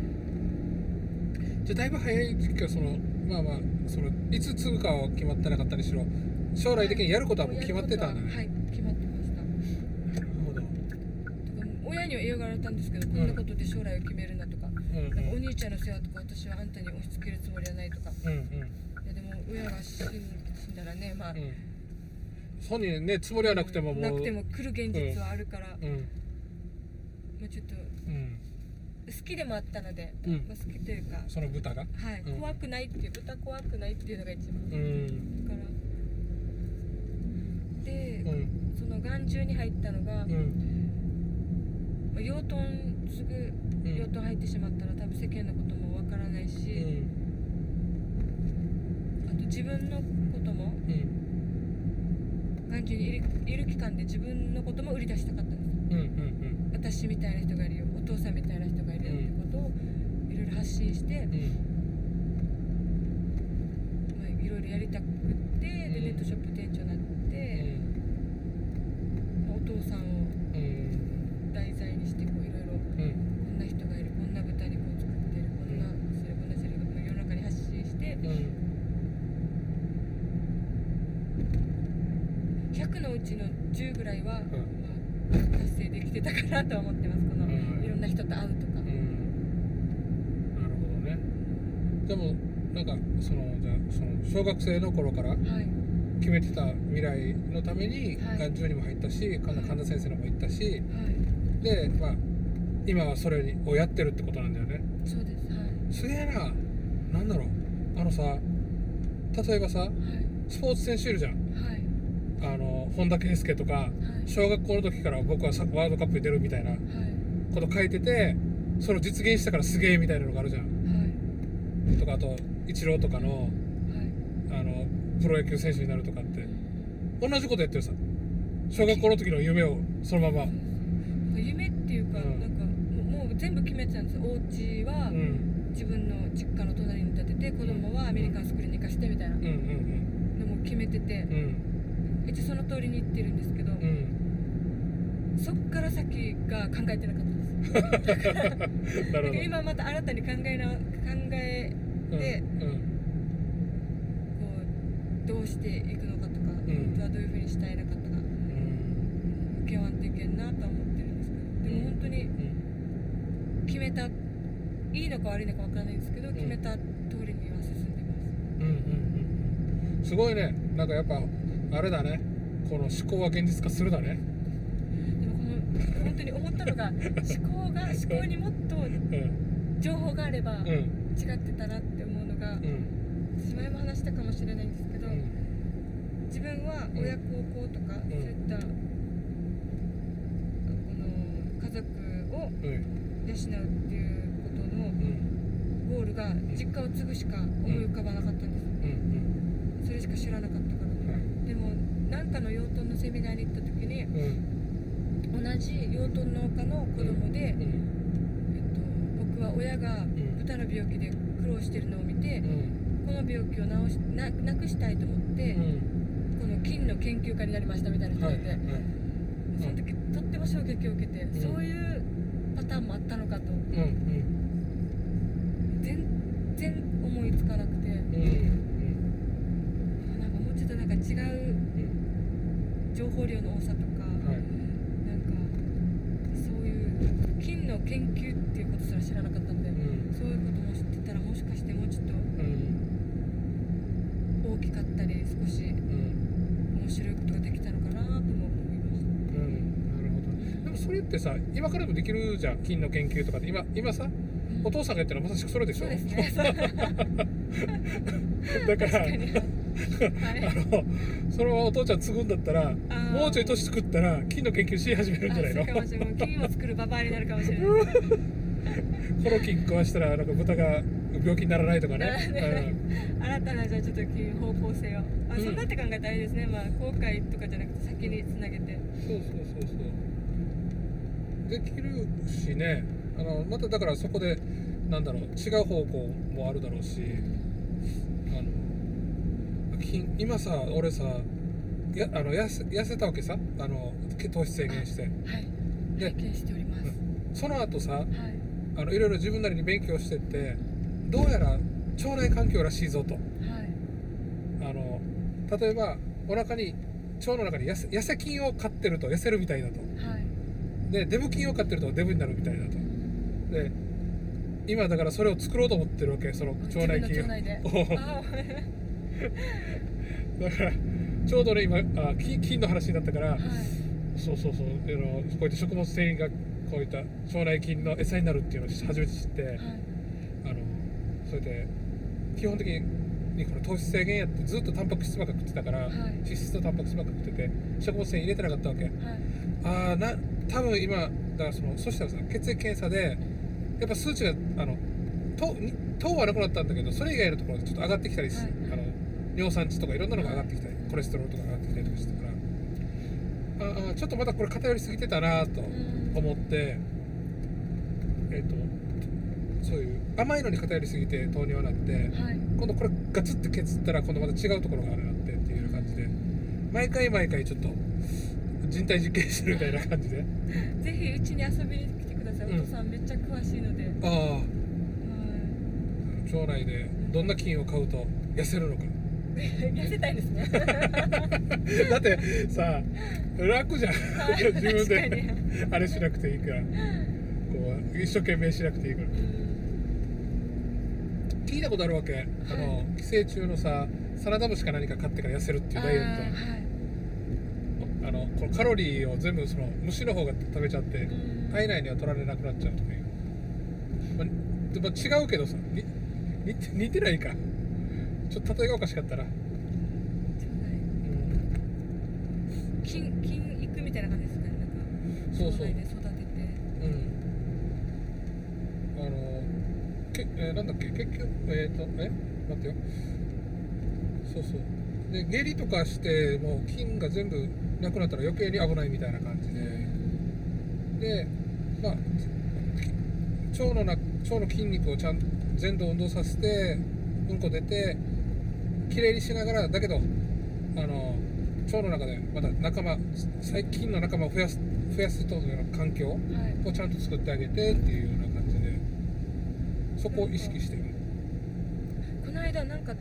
じゃあだいぶ早い時期はそのいつ継ぐかは決まってなかったりしろ、将来的にやることはもう決まってたんだね。 はい、決まってました。 なるほど。 親には言われたんですけど、こんなことで将来を決めるなとか、なんかお兄ちゃんの世話とか私はあんたに押し付けるつもりはないとか、いやでも親が死んだらね、まあ、 本人ね、つもりはなくてももうなくても来る現実はあるから、まあちょっと、好きでもあったので、好きというか、 その豚が、 怖くないっていう、豚怖くないっていうのが一番、だからで、その眼中に入ったのが、養豚すぐ養豚入ってしまったら多分世間のこともわからないし、あと自分のことも、眼中にいる期間で自分のことも売り出したかったんです、私みたいな人がいるよ、お父さんみたいな人がいるよってことをいろいろ発信して、いろいろやりたくって、でネットショップ店長になって、お父さんを題材にしてこういろいろ、こんな人がいる、こんな豚肉を作ってる、こんなそれこんなセリフを世の中に発信して、100のうちの10ぐらいは、達成できてたかなとは思ってます。このいろんな人と会うとか、なるほどね。でもなんかその小学生の頃から決めてた未来のために眼中にも入ったし、神田先生のも行ったし、でまあ今はそれをやってるってことなんだよね。 そうです。 すげえな。なんだろう、さ、例えばさ、スポーツ選手いるじゃん、本田圭佑とか、小学校の時から僕はワールドカップに出るみたいなこと書いてて、それを実現したからすげえみたいなのがあるじゃん、とか、あとイチローとかの、プロ野球選手になるとかって同じことやってるさ。小学校の時の夢をそのまま、 夢っていうか、なんかもう全部決めてたんですよ。お家は自分の実家の隣に建てて、子供はアメリカンスクールに行かしてみたいなのも決めてて、一応その通りに行ってるんですけど、そっから先が考えてなかったですだから今また新たに考えて、こうどうしていくのかとか、本当はどういうふうにしたいのかとか、受けわんといけんなとは思ってるんですけど、でも本当に決めた、いいのか悪いのか分からないんですけど、決めた通りには進んでます。 すごいね。なんかやっぱあれだね、この思考は現実化するだね。 でも本当に思ったのが思考にもっと情報があれば違ってたなって思うのが、私前も話したかもしれないんですけど、自分は親孝行とか、そういったこの家族を養うっていうことのゴールが実家を継ぐしか思い浮かばなかったんです、それしか知らなかったから。でも何かの養豚のセミナーに行った時に、同じ養豚農家の子供で、僕は親が豚の病気で苦労してるのを見て、ここの病気をなくしたいと思って、この菌の研究家になりましたみたいな人がいて、その時とっても衝撃を受けて、そういうパターンもあったのかと、全然思いつかなくて、なんかもうちょっとなんか違う情報量の多さとか、なんかそういう菌の研究っていうことすら知らなかったんで、そういうことも知ってたらもしかしてもうちょっと大きかったり少し面白いことができたのかなとも思いました。 なるほど。でもそれってさ、今からでもできるじゃん、菌の研究とかで。今さ、お父さんがやったらまさしくそれでしょ。 そうですね。 だからそのままお父ちゃん継ぐんだったら、もうちょい年作ったら菌の研究し始めるんじゃないの。 そうかもしれない。菌を作るババアになるかもしれない。 この菌食わしたらなんか豚が病気にならないとかね。 新たなじゃあちょっと菌方向性を、そうなって考えたらいいですね。後悔とかじゃなくて先につなげて。 そうできるしね。まただからそこでなんだろう、違う方向もあるだろうし、今さ俺さ痩せたわけさ、糖質制限して、 で拝見しております。 その後さ、いろいろ自分なりに勉強してって、どうやら腸内環境らしいぞと、例えば腸の中に痩せ菌を飼ってると痩せるみたいだと、でデブ菌を飼ってるとデブになるみたいだと。で今だからそれを作ろうと思ってるわけ、その腸内菌を。だからちょうどね今菌の話になったから、そうこうやって食物繊維がこういった腸内菌の餌になるっていうのを初めて知って、それで基本的にこの糖質制限やってずっとタンパク質ばっか食ってたから、脂質とタンパク質ばっか食ってて食物繊維入れてなかったわけ。多分今だからそしたらさ、血液検査でやっぱ数値が糖はなくなったんだけど、それ以外のところでちょっと上がってきたり尿酸値とかいろんなのが上がってきたり、コレステロールとか上がってきたりとかしてたから、ちょっとまたこれ偏りすぎてたなと思って、そういう甘いのに偏りすぎて糖尿になって、今度これガツッて削ったら今度また違うところがあるなってっていうような感じで、毎回ちょっと人体実験してるみたいな感じでぜひうちに遊びに来てください。お父さんめっちゃ詳しいので。 腸内でどんな菌を飼うと痩せるのか。 痩せたいですね。 だってさ、楽じゃん。自分であれしなくていいから、こう一生懸命しなくていいから。聞いたことあるわけ。寄生虫のさ、サラダ虫か何か飼ってから痩せるっていうダイエット。このカロリーを全部その虫の方が食べちゃって体内には取られなくなっちゃうとかいう、違うけどさ、似てないか。ちょっと例えがおかしかったら菌育みたいな感じですね。なんか腸内で育てて、 なんだっけ、結局待ってよ。で下痢とかしてもう菌が全部なくなったら余計に危ないみたいな感じで、腸の筋肉をちゃんと全度運動させてうんこ出てきれいにしながら、だけど腸の中でまた細菌の仲間を増やすというような環境をちゃんと作ってあげてっていうような感じで、そこを意識してる。 この間なんか、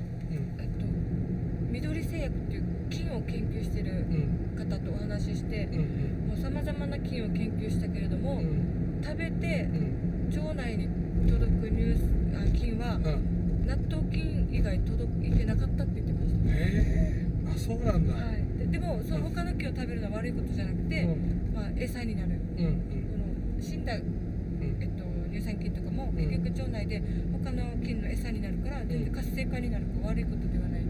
緑製薬っていう菌を研究してる方とお話しして、もうさまざまな菌を研究したけれども、食べて、腸内に届く菌は、納豆菌以外届いてなかったって言ってました。 そうなんだ。 でもその他の菌を食べるのは悪いことじゃなくて、餌になる、この死んだ、乳酸菌とかも結局腸内で他の菌の餌になるから全然活性化になるから悪いことではない。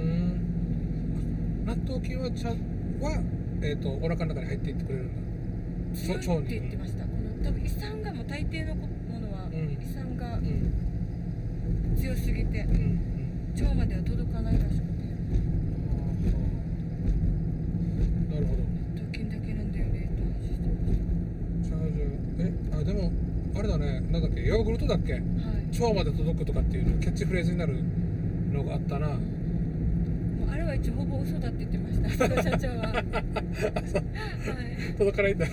納豆菌はお腹の中に入っていってくれるんだ。 強いって言ってました。多分胃酸がもう大抵のものは、胃酸が強すぎて、腸までは届かないらしくて。 なるほど。 納豆菌だけなんだよねって話してました。 でもあれだね、なんだっけ、ヨーグルトだっけ、腸まで届くとかっていうのキャッチフレーズになるのがあったな。 もうあれは一応ほぼ嘘だって言ってましたその社長ははい届かないんだ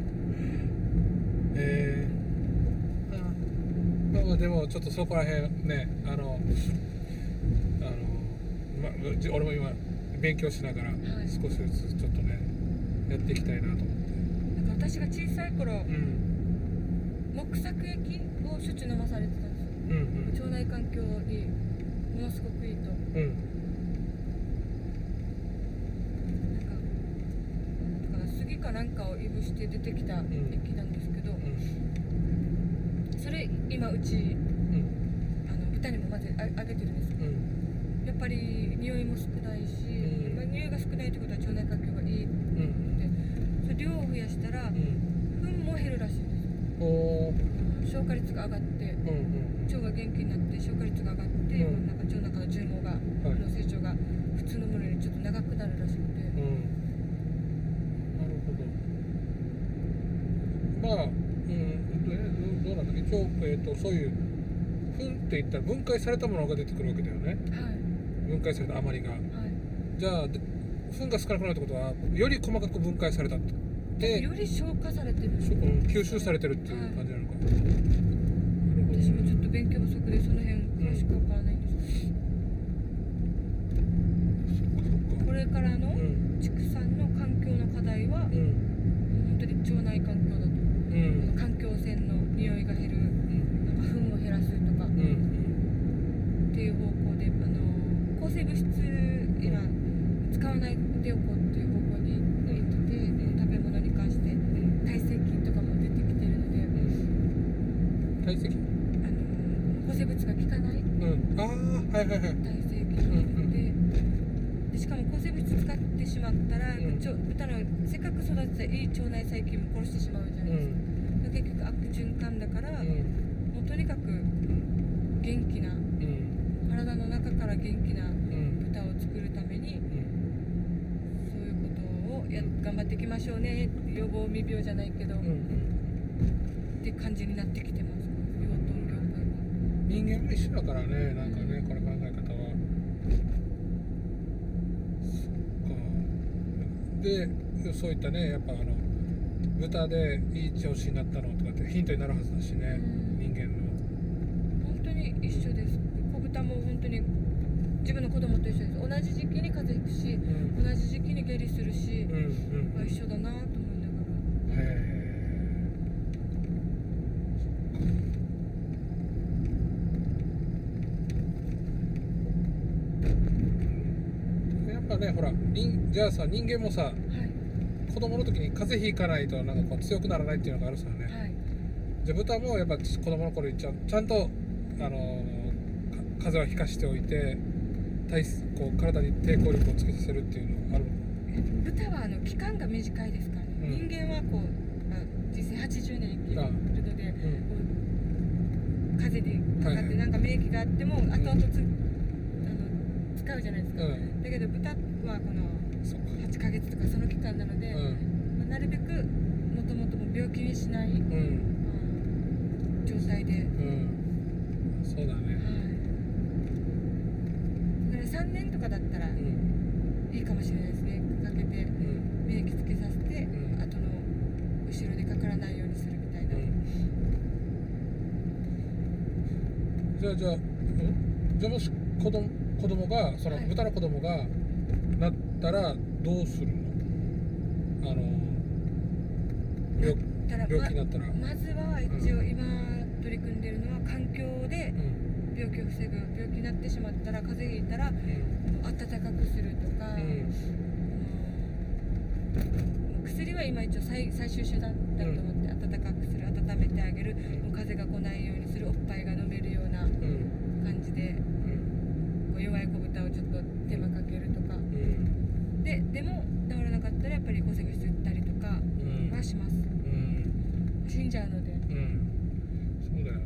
まあでもちょっとそこらへんね俺も今勉強しながら少しずつちょっとねやっていきたいなと思って。 なんか私が小さい頃、木作液をしょっちゅう飲まされてたんですよ、腸内環境にものすごくいいと、なんか杉かなんかをいぶして出てきた液なんですけど、それ今うち、豚にもまずあげてるんですけど、やっぱり匂いも少ないし、匂いが少ないってことは腸内環境がいいので、それ量を増やしたら、糞も減るらしいんです。消化率が上がって、腸が元気になって消化率が上がって、なんか腸の中の順毛が、の成長が普通のものよりちょっと長くなるらしくて、 なるほど。まあ、どうなんだ一応、そういう糞って言ったら分解されたものが出てくるわけだよね。分解された余りが。じゃあ糞が少なくなるってことはより細かく分解されたでより消化されてる、 吸収されてるっていう感じなのか。 私もちょっと勉強不足でその辺詳しくわからないんですけど、これからの畜産の環境の課題は、本当に腸内環境だと、環境汚染の匂いが減る、なんか糞を減らすとか、っていう方向で抗生物質今使わないでおこうっていう方向にいってて、食べ物に関して耐性菌とかも出てきてるので、 耐性菌抗生物が効かない、耐性菌でしかも抗生物質使ってしまったら、豚のせっかく育てたいい腸内細菌も殺してしまうじゃないですか、結局悪循環だから、もうとにかく元気な、体の中から元気な豚を作るために、そういうことを頑張っていきましょうね、予防未病じゃないけど、って感じになってきてます、養豚業界は。 人間も一緒だからね、なんかね、この考え方は。そっか。で、そういったね、やっぱ豚でいい調子になったのとかってヒントになるはずだしね、人間の。 本当に一緒です。子豚も本当に自分の子供と一緒です。同じ時期に風邪ひくし、同じ時期に下痢するし、一緒だなと思いながら。 やっぱね、ほら、じゃあさ、人間もさ、子供の時に風邪ひかないとなんかこう強くならないっていうのがあるさね。じゃあ豚もやっぱ子供の頃にちゃんと風邪をひかしておいて、こう体に抵抗力をつけさせるっていうのがあるの。 豚は期間が短いですからね。人間はこう、実際80年生きるので、風邪にかかってなんか免疫があっても後々使うじゃないですか。だけど豚はこの8ヶ月とかその期間なので、なるべくもともとも病気にしない、状態で、 そうだね。 3年とかだったらいいかもしれないですね。かけて免疫つけさせて、後の後ろでかからないようにするみたいな。 じゃあもし子供がその豚の子供がなったらどうするの？病気になったら。 まずは一応今取り組んでるのは環境で病気を防ぐ。病気になってしまったら、風邪ひいたら、暖かくするとか、薬は今一応最終手段だと思って、暖かくする、温めてあげる、風邪が来ないようにする、おっぱいが飲めるような感じで、弱い子豚をちょっと手間かけるとか、でも治らなかったらやっぱり抗生物質打ったりとかはします。死んじゃうので。 そうだよね。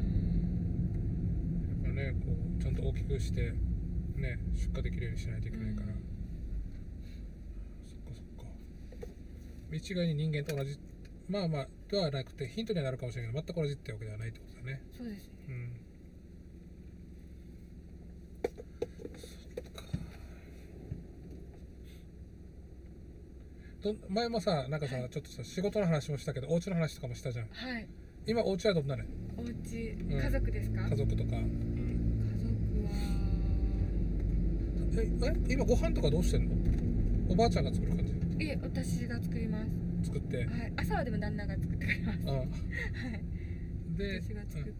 やっぱね、こうちゃんと大きくしてね、出荷できるようにしないといけないから。そっか。一概に人間と同じではなくて、ヒントにはなるかもしれないけど、全く同じってわけではないってことだね。 そうですね。 前もさなんかさ、 はい、 ちょっとさ仕事の話もしたけどお家の話とかもしたじゃん。 はい。 今お家はどんなね？ お家、家族ですか？ 家族とか、 家族は今ご飯とかどうしてんの？おばあちゃんが作る感じ？ 私が作ります。 作って、はい、 朝はでも旦那が作ってくれます。はい。で私が作って、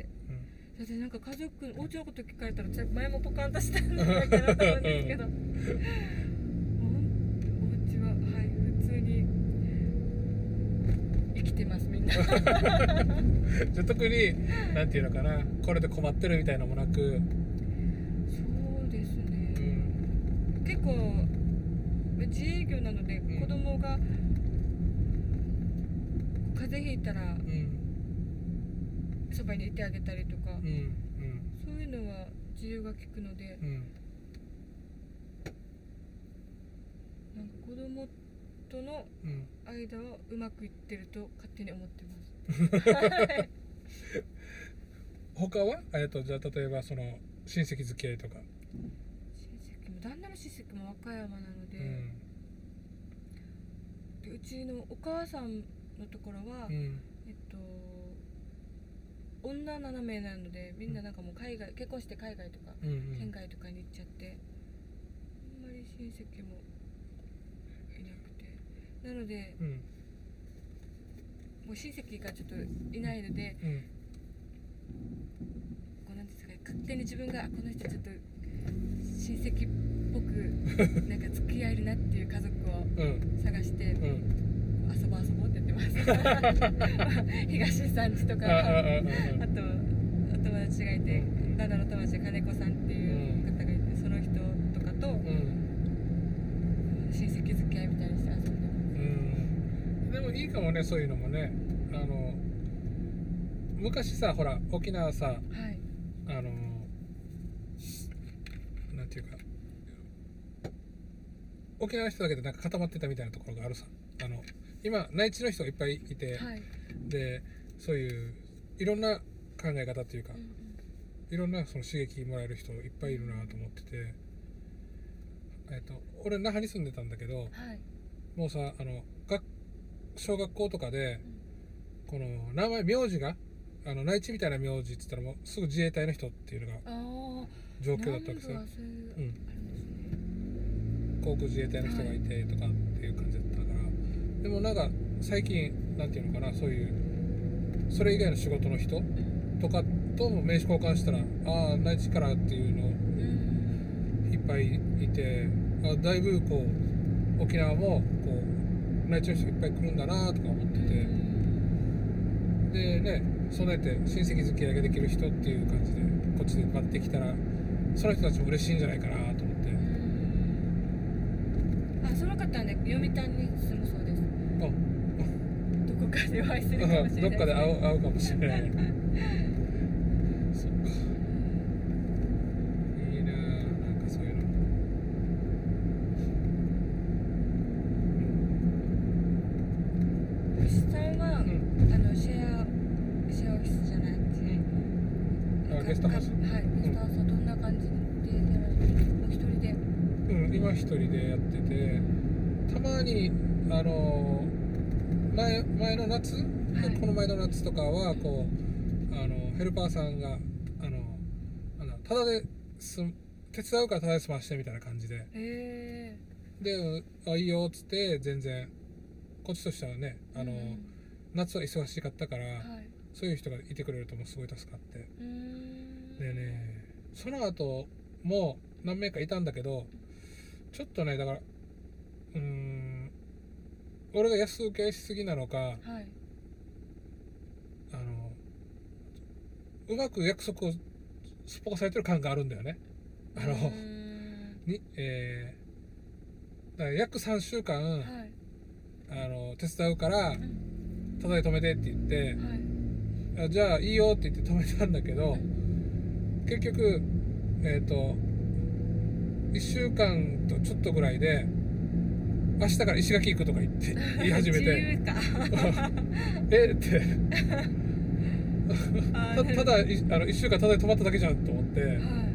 だってなんか家族お家のこと聞かれたら前もポカンとしたんだけどと思うんですけどお家ははい普通に生きてますみんな。じゃ特になんていうのかな、これで困ってるみたいなのもなく。そうですね、結構自営業なので、子供が風邪ひいたらそばにいてあげたりとか、そういうのは自由が利くので、なんか子供との間はうまくいってると勝手に思ってます。 他はじゃあ例えばその親戚付き合いとか。 親戚も旦那の親戚も和歌山なので、うちのお母さんのところは、女7名なのでみんななんかもう海外、結婚して海外とか、県外とかに行っちゃって、あんまり親戚もいなくて、なので、もう親戚がちょっといないので、こうなんですかね、勝手に自分がこの人ちょっと親戚っぽくなんか付き合えるなっていう家族を探して、遊ぼうって言ってます。東さんちとか、あとお友達がいて、旦那の友達で金子さんっていう方がいて、その人とかと、親戚付き合いみたいにして遊んでます。 でもいいかもね、そういうのもね。昔さ、ほら沖縄さ、なんていうか沖縄の人だけでなんか固まってたみたいなところがあるさ。今内地の人がいっぱいいて、でそういういろんな考え方っていうか、いろんなその刺激もらえる人いっぱいいるなと思ってて、俺那覇に住んでたんだけど、もうさ小学校とかで、この名前名字が内地みたいな名字って言ったらもうすぐ自衛隊の人っていうのが状況だったわけさ。航空自衛隊の人がいてとかっていう感じだったから、でもなんか最近なんていうのかな、そういうそれ以外の仕事の人とかとも名刺交換したら、内地からっていうのいっぱいいて、だいぶこう沖縄もこう内地の人いっぱい来るんだなとか思ってて、でね、備えて親戚付き合いができる人っていう感じでこっちで待ってきたら、その人たちも嬉しいんじゃないかなと思って。 その方はね、読谷に住むそうです。どこかでお会いするかもしれない。 どっかで会うかもしれない。そっか。いいな、なんかそういうの。 牛さんは、シェアオフィスじゃないゲストハウス。 ゲストハウスはどんな感じでやられてる？お一人で？ 今一人でやってて、たまに前の夏、この前の夏とかはこうヘルパーさんがただで手伝うからただで済ましてみたいな感じで、でいいよっつって全然こっちとしてはね、夏は忙しかったから、そういう人がいてくれるともうすごい助かって、でね、その後も何名かいたんだけど、ちょっとね、だから俺が安請けしすぎなのか、うまく約束をすっぽかされてる感があるんだよね。だから約3週間、手伝うからただで止めてって言って、じゃあいいよって言って止めたんだけど、結局1週間とちょっとぐらいで明日から石垣行くとか言い始めてってただ1週間ただで泊まっただけじゃんと思って、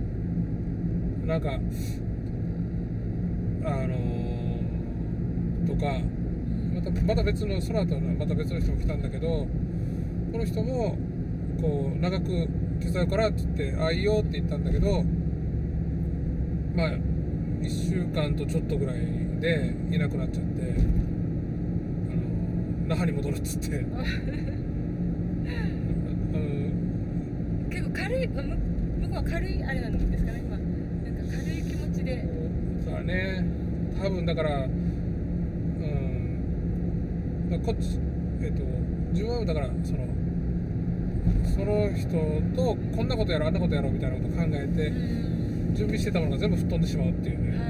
どとか、また別のその後また別の人も来たんだけど、この人もこう長く手伝うからって言って、あ、いいよって言ったんだけど、まあ1週間とちょっとぐらいでいなくなっちゃって、那覇に戻るっつって結構軽い、向こうは軽いあれなんですかね、今なんか軽い気持ちで。 そうだね、多分だからこっち自分はだからその人とこんなことやろうあんなことやろうみたいなことを考えて準備してたものが全部吹っ飛んでしまうっていうね、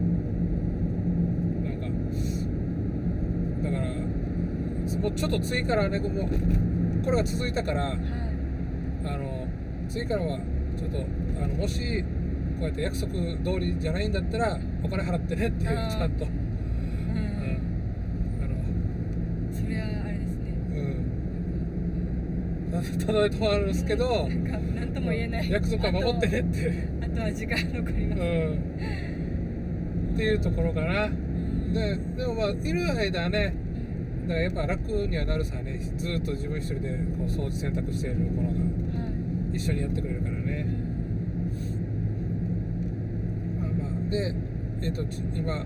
なんかだからもうちょっと次からね、もうこれが続いたから、次からはちょっともしこうやって約束通りじゃないんだったらお金払ってねっていう、ちゃんとそれはあれですね、 たどり止まるんですけど、 なんとも言えない、 約束は守ってねってあとは時間残ります、 っていうところかな。でもまあいる間はね、だからやっぱ楽にはなるさね、ずっと自分一人でこう掃除洗濯しているものが一緒にやってくれるからね、まあで今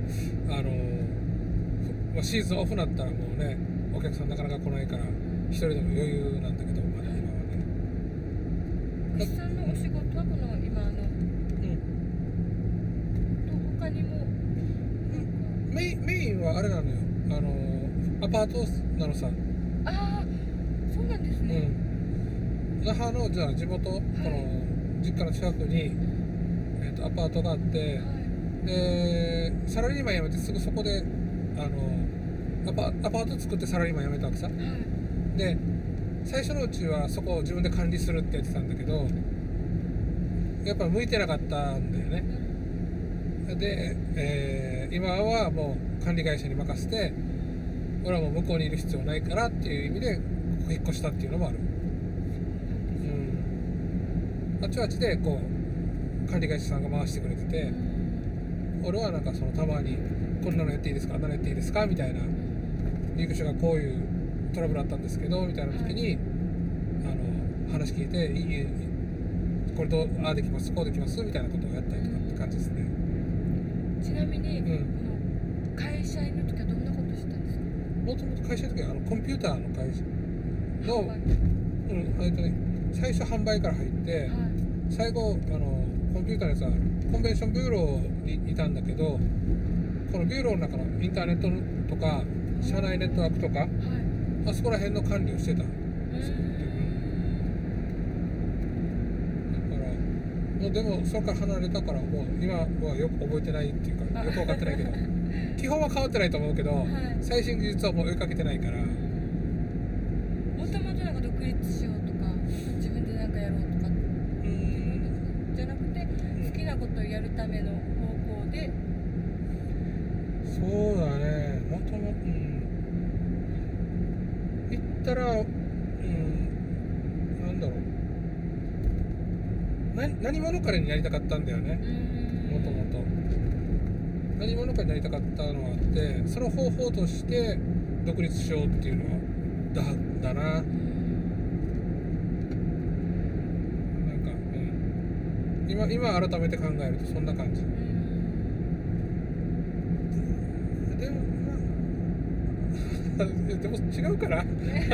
シーズンオフになったらもうね、お客さんなかなか来ないから一人でも余裕なんだけど、まだ今はね。 牛さんのお仕事はこの今他にもメインはあれなのよ、アパートなのさ。 ああ、そうなんですね。 那覇のじゃあ地元、この実家の近くに、アパートがあって、でサラリーマン辞めてすぐそこでアパート作ってサラリーマン辞めたわけさ、で最初のうちはそこを自分で管理するってやってたんだけど、やっぱ向いてなかったんだよね。で、今はもう管理会社に任せて、俺はもう向こうにいる必要ないからっていう意味でここ引っ越したっていうのもある。あっちはあっちでこう管理会社さんが回してくれてて、俺はなんかそのたまにこんなのやっていいですか、あんなのやっていいですかみたいな、入居者がこういうトラブルあったんですけどみたいな時に、話聞いて、これどうああできますこうできますみたいなことをやったりとかって感じですね。 ちなみに、この会社員の時はどんなことしたんですか？ もともと会社の時はコンピューターの会社の、最初販売から入って、最後コンピューターのやつはコンベンションビューローにいたんだけど、このビューローの中のインターネットとか社内ネットワークとか、あそこら辺の管理をしてたんですよ。もうでもそれから離れたからもう今はよく覚えてないっていうかよく分かってないけど基本は変わってないと思うけど、最新技術はもう追いかけてないから。 もともとなんか独立しようとか自分でなんかやろうとかってじゃなくて、好きなことをやるための方向で。 そうだね、もともと言ったらなんだろう、何者かになりたかったんだよね。もともと何者かになりたかったのがあって、その方法として独立しようっていうのはだな。なんか、今改めて考えるとそんな感じ。でも違うから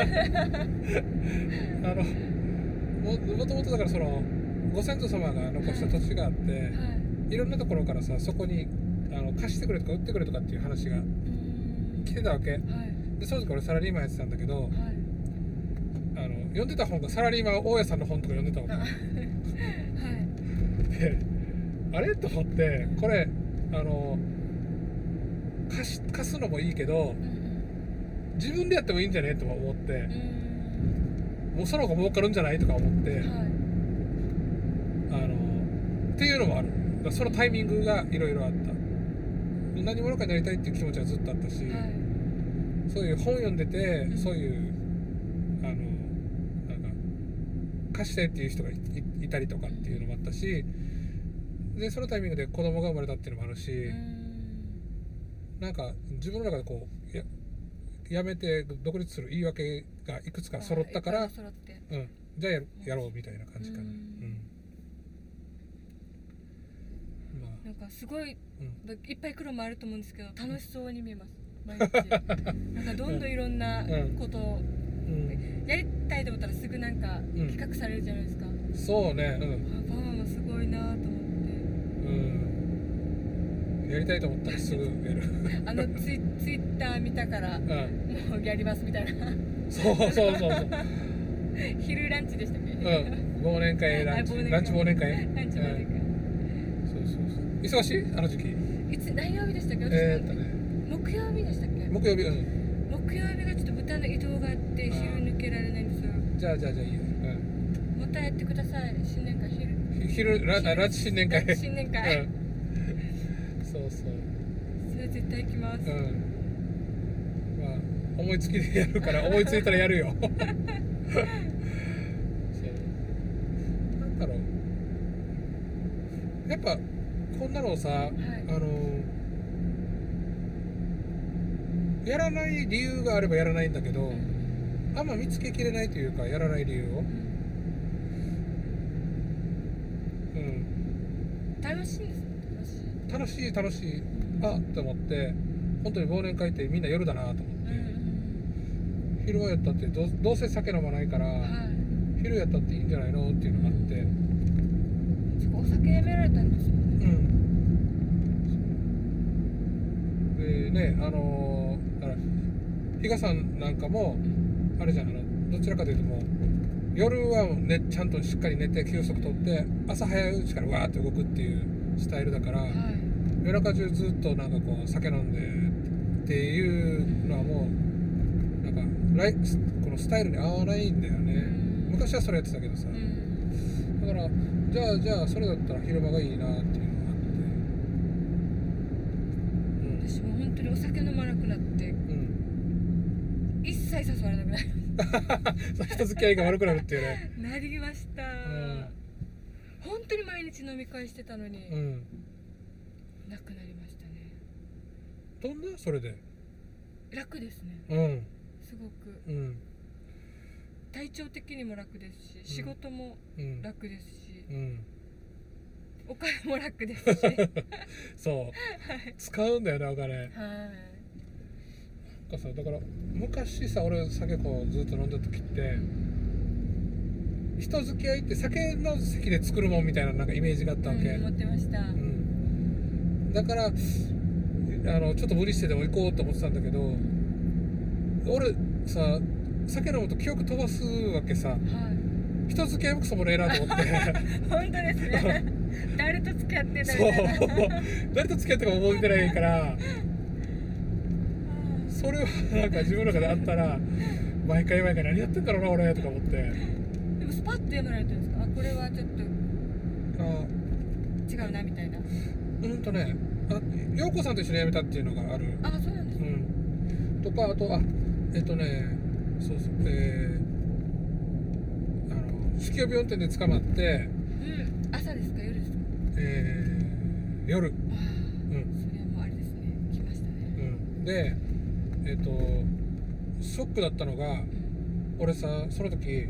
もともとだからそのご先祖様が残した土地があって、いろんなところからさ、そこに貸してくれとか売ってくれとかっていう話が来てたわけ、でその時俺サラリーマンやってたんだけど、読んでた本がサラリーマン大家さんの本とか読んでたわけで、あれと思って、これ貸すのもいいけど自分でやってもいいんじゃねとか思って、もうその方が儲かるんじゃないとか思って、っていうのもある。だからそのタイミングがいろいろあった。何者かになりたいっていう気持ちはずっとあったし、そういう本読んでて、そういうなんか貸してっていう人が いたりとかっていうのもあったし、でそのタイミングで子供が生まれたっていうのもあるし、 なんか自分の中でこうやめて独立する言い訳がいくつか揃ったから、 揃って、 じゃあやろうみたいな感じかな。まあ、 なんかすごい、いっぱい苦労もあると思うんですけど楽しそうに見えます毎日なんかどんどんいろんなことを、やりたいと思ったらすぐなんか企画されるじゃないですか。 そうね。 パワーもすごいなと思って。 やりたいと思ったらすぐやるツイッター見たから、もうやりますみたいなそう昼ランチでしたっけ。 忘年会ランチ忘年会そう忙しいあの時期。 何曜日でしたっけ。木曜日でしたっけ。 木曜日木曜日がちょっと豚の移動があって昼抜けられないんですよ。 じゃあいいよ。 またやってください。新年会ランチ新年会そうそれ絶対行きます。 まあ思いつきでやるから思いついたらやるよそうなんだろう、やっぱこんなのさ、やらない理由があればやらないんだけど、あんま見つけきれないというか、やらない理由を楽しいです。 楽しいって思って、本当に忘年会ってみんな夜だなと思って、昼間やったってどうせ酒飲まないから、昼やったっていいんじゃないのっていうのがあって、 お酒やめられたんですよ。 でね、だから比嘉さんなんかもあれじゃん、どちらかというともう夜はねちゃんとしっかり寝て休息取って朝早いうちからわーって動くっていうスタイルだから、夜中中ずっとなんかこう酒飲んでっていうのはもうなんかこのスタイルに合わないんだよね。昔はそれやってたけどさ、だからじゃあそれだったら昼間がいいなっていうのがあって、 私も本当にお酒飲まなくなって、一切誘われなくなる人付き合いが悪くなるっていうねなりました、本当に毎日飲み会してたのに、なくなりましたね。 どんなそれで楽ですね、すごく、体調的にも楽ですし、仕事も楽ですし、お金も楽ですしそう使うんだよねお金。だから昔さ、俺酒こうずっと飲んだ時って人付き合いって酒の席で作るもんみたいななんかイメージがあったわけ。 思ってました、 だからちょっと無理してでも行こうと思ってたんだけど、俺さ酒飲むと記憶飛ばすわけさ、人付き合いもクソもねえなと思って本当ですね誰と付き合ってたみたいな誰と付き合ったか覚えてないからそれはなんか自分の中であったら毎回何やってんだろうな俺とか思って。でもスパッとやめられてるんですか。これはちょっと違うなみたいな。 陽子さんと一緒に辞めたっていうのがある。 そうなんですね。 とかあとそう酒気帯び運転で捕まって、 朝ですか夜ですか。 夜。 それもあれですね。来ましたね。 でショックだったのが、俺さその時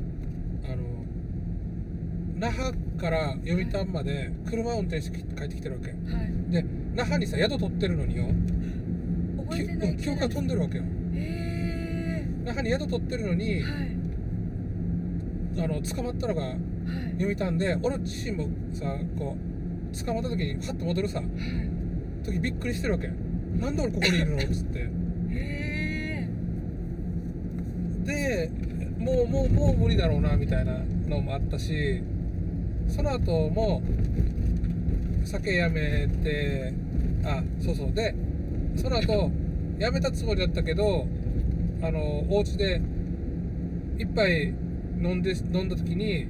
那覇から読谷まで車運転して帰ってきてるわけ、で那覇にさ宿取ってるのによ、記憶が飛んでるわけよ。那覇に宿取ってるのに、捕まったのが読谷で、俺自身もさこう捕まった時にハッと戻るさ、時びっくりしてるわけ。なんで俺ここにいるのっつってでもう無理だろうなみたいなのもあったし、その後も酒やめてでその後やめたつもりだったけど、お家で一杯飲んだ時に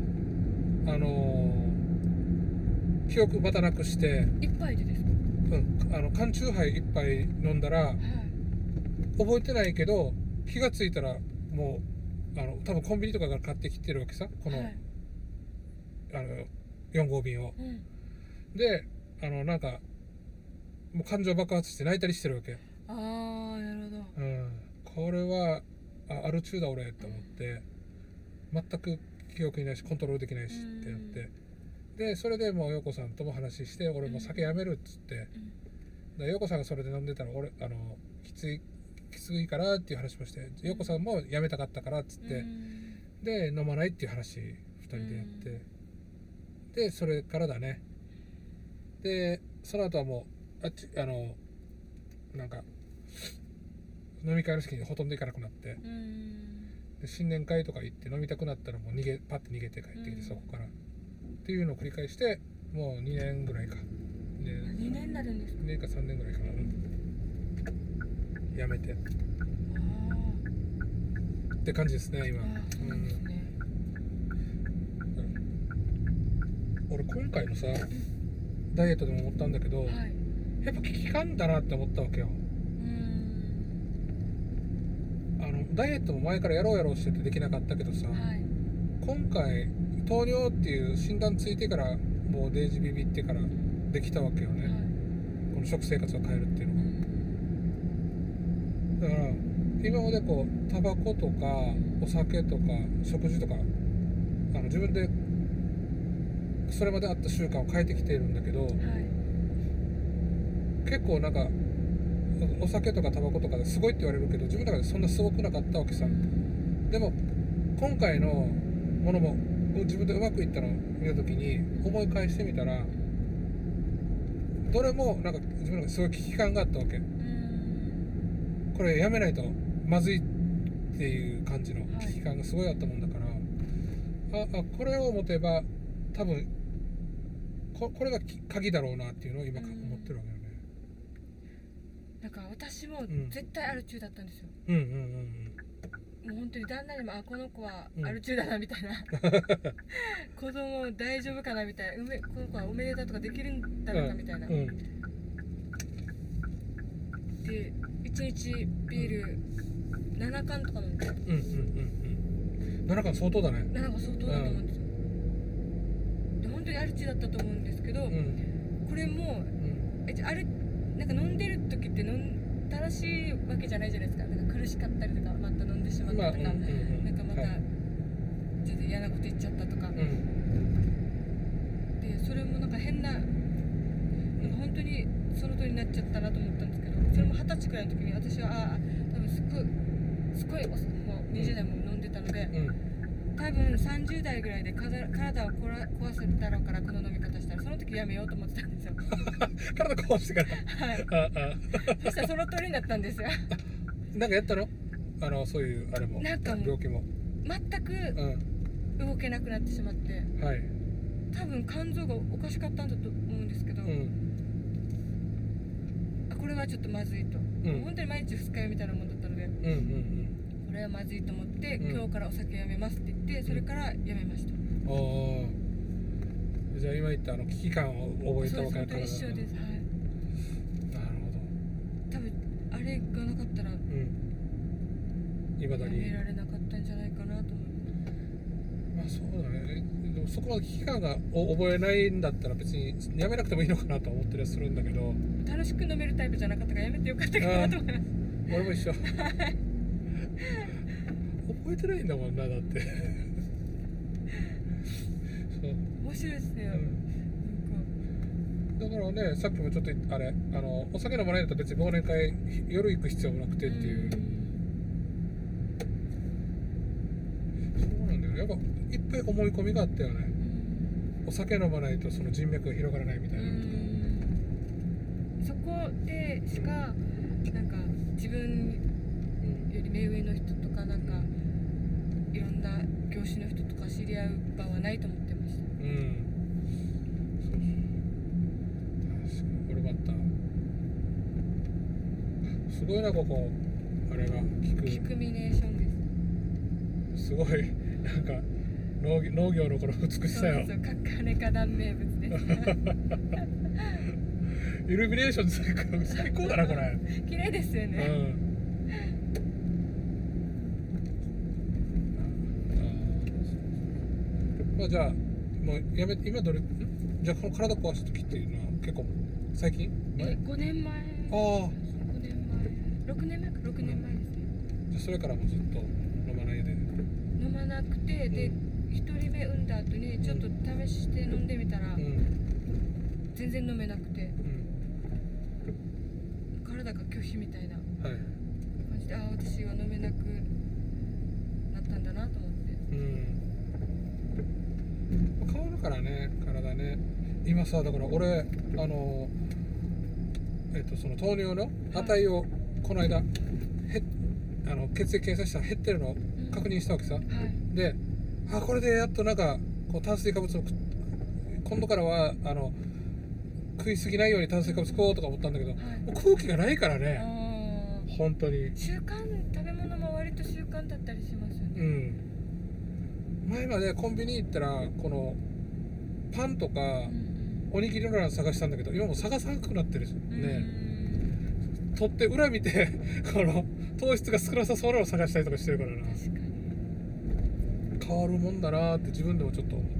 記憶またなくして。 一杯でですか。 缶チューハイ一杯飲んだら、覚えてないけど気がついたらもう多分コンビニとかから買ってきてるわけさ、この、4号便を、でなんかもう感情爆発して泣いたりしてるわけ。 ああ、なるほど。 これはアル中だ俺と思って、全く記憶にないしコントロールできないしってなって、でそれでもう陽子さんとも話して、俺も酒やめるっつって、陽子さんがそれで飲んでたら俺きついからっていう話もして、陽子さんもやめたかったからっつって、で飲まないっていう話2人でやって、でそれからだね。でその後はもうなんか飲み会の席にほとんど行かなくなって、で新年会とか行って飲みたくなったらもうパッと逃げて帰ってきて、そこからっていうのを繰り返して、もう2年ぐらいか、 2年になるんですか。 2年か3年ぐらいかな、やめてって感じですね今。俺今回のさ、ダイエットでも思ったんだけど、やっぱ危機感だなって思ったわけよ。ダイエットも前からやろうしててできなかったけどさ、今回糖尿っていう診断ついてからもうデージビビってからできたわけよね、この食生活を変えるっていうのが。だから今までこうタバコとかお酒とか食事とか自分でそれまであった習慣を変えてきているんだけど、結構なんかお酒とかタバコとかですごいって言われるけど、自分の中でそんなすごくなかったわけさ。でも今回のものも自分でうまくいったのを見た時に思い返してみたら、どれもなんか自分の中ですごい危機感があったわけ。これやめないとまずいっていう感じの危機感がすごいあったもんだから、これを持てば多分これが鍵だろうなっていうのを今思ってるわけよね。 なんか私も絶対アル中だったんですよ。もう本当に旦那にもこの子はアル中だなみたいな、子供大丈夫かなみたいな、この子はおめでたとかできるんだろうかみたいな、で1日ビール7缶とか飲んで、 7缶相当だね。 7缶相当だと思うんですよ。で本当にアル中だったと思うんですけど、これもなんか飲んでる時って楽しいわけじゃないじゃないですか。なんか苦しかったりとか、また飲んでしまったとか、なんかまたちょっと嫌なこと言っちゃったとか、でそれもなんか変な、なんか本当にその通りになっちゃったなと思ったんですけど、それも20歳くらいの時に私は多分すごいもう20代も飲んでたので、多分30代ぐらいで体を壊すだろうから、この飲み方したらその時やめようと思ってたんですよ。 体壊してからそしたらその通りになったんですよ。 なんかやったの？そういうあれもなんかもう病気も全く動けなくなってしまって、多分肝臓がおかしかったんだと思うんですけど、これはちょっとまずいと、本当に毎日二日酔いみたいなもんだったので、これはまずいと思って、今日からお酒やめますって言って、それからやめました。 じゃあ今言った危機感を覚えたわけだから。 一緒です。なるほど。 多分あれがなかったら、 未だにやめられなかったんじゃないかなと思います。そうだね。でもそこまで危機感が覚えないんだったら別にやめなくてもいいのかなと思ったりするんだけど、 楽しく飲めるタイプじゃなかったからやめてよかったかなと思います。 俺も一緒。覚えてないんだもんな、だって面白いですね、 だからね、さっきもちょっとお酒飲まないんだったら別に忘年会夜行く必要もなくてっていう、そうなんだよね。やっぱいっぱい思い込みがあったよね。お酒飲まないとその人脈が広がらないみたいなとか、 そこでしかなんか自分より目上の人とか、なんかいろんな業種の人とか知り合う場はないと思ってました。 確かにこれバッターすごいな、ここあれがキクミネーションです。 すごいなんか農業のこの美しさよ。 そうですよ、金花壇名物です。 イルミネーション最高だなこれ。 綺麗ですよね。 まあじゃあもう今じゃあこの体壊した時っていうのは結構最近？ 5年前。 ああ。 5年前。 6年前ですね。 じゃあそれからもずっと飲まないで。 飲まなくて、で1人目産んだ後にちょっと試して飲んでみたら、全然飲めなくて、体が拒否みたいな感じで、私は飲めなくなったんだなと思って。 変わるからね、体ね。今さ、だから俺その糖尿の値をこの間血液検査したら減ってるのを確認したわけさ、でこれでやっとなんかこう炭水化物を今度からは食いすぎないように炭水化物食おうとか思ったんだけど、もう空気がないからね、本当に習慣、食べ物も割と習慣だったりしますよね。 前までコンビニ行ったらこのパンとか、おにぎりの欄探したんだけど、今もう探さなくなってるね。取って裏見てこの糖質が少なさそうなのを探したりとかしてるからな。 確かに変わるもんだなって自分でもちょっと思って、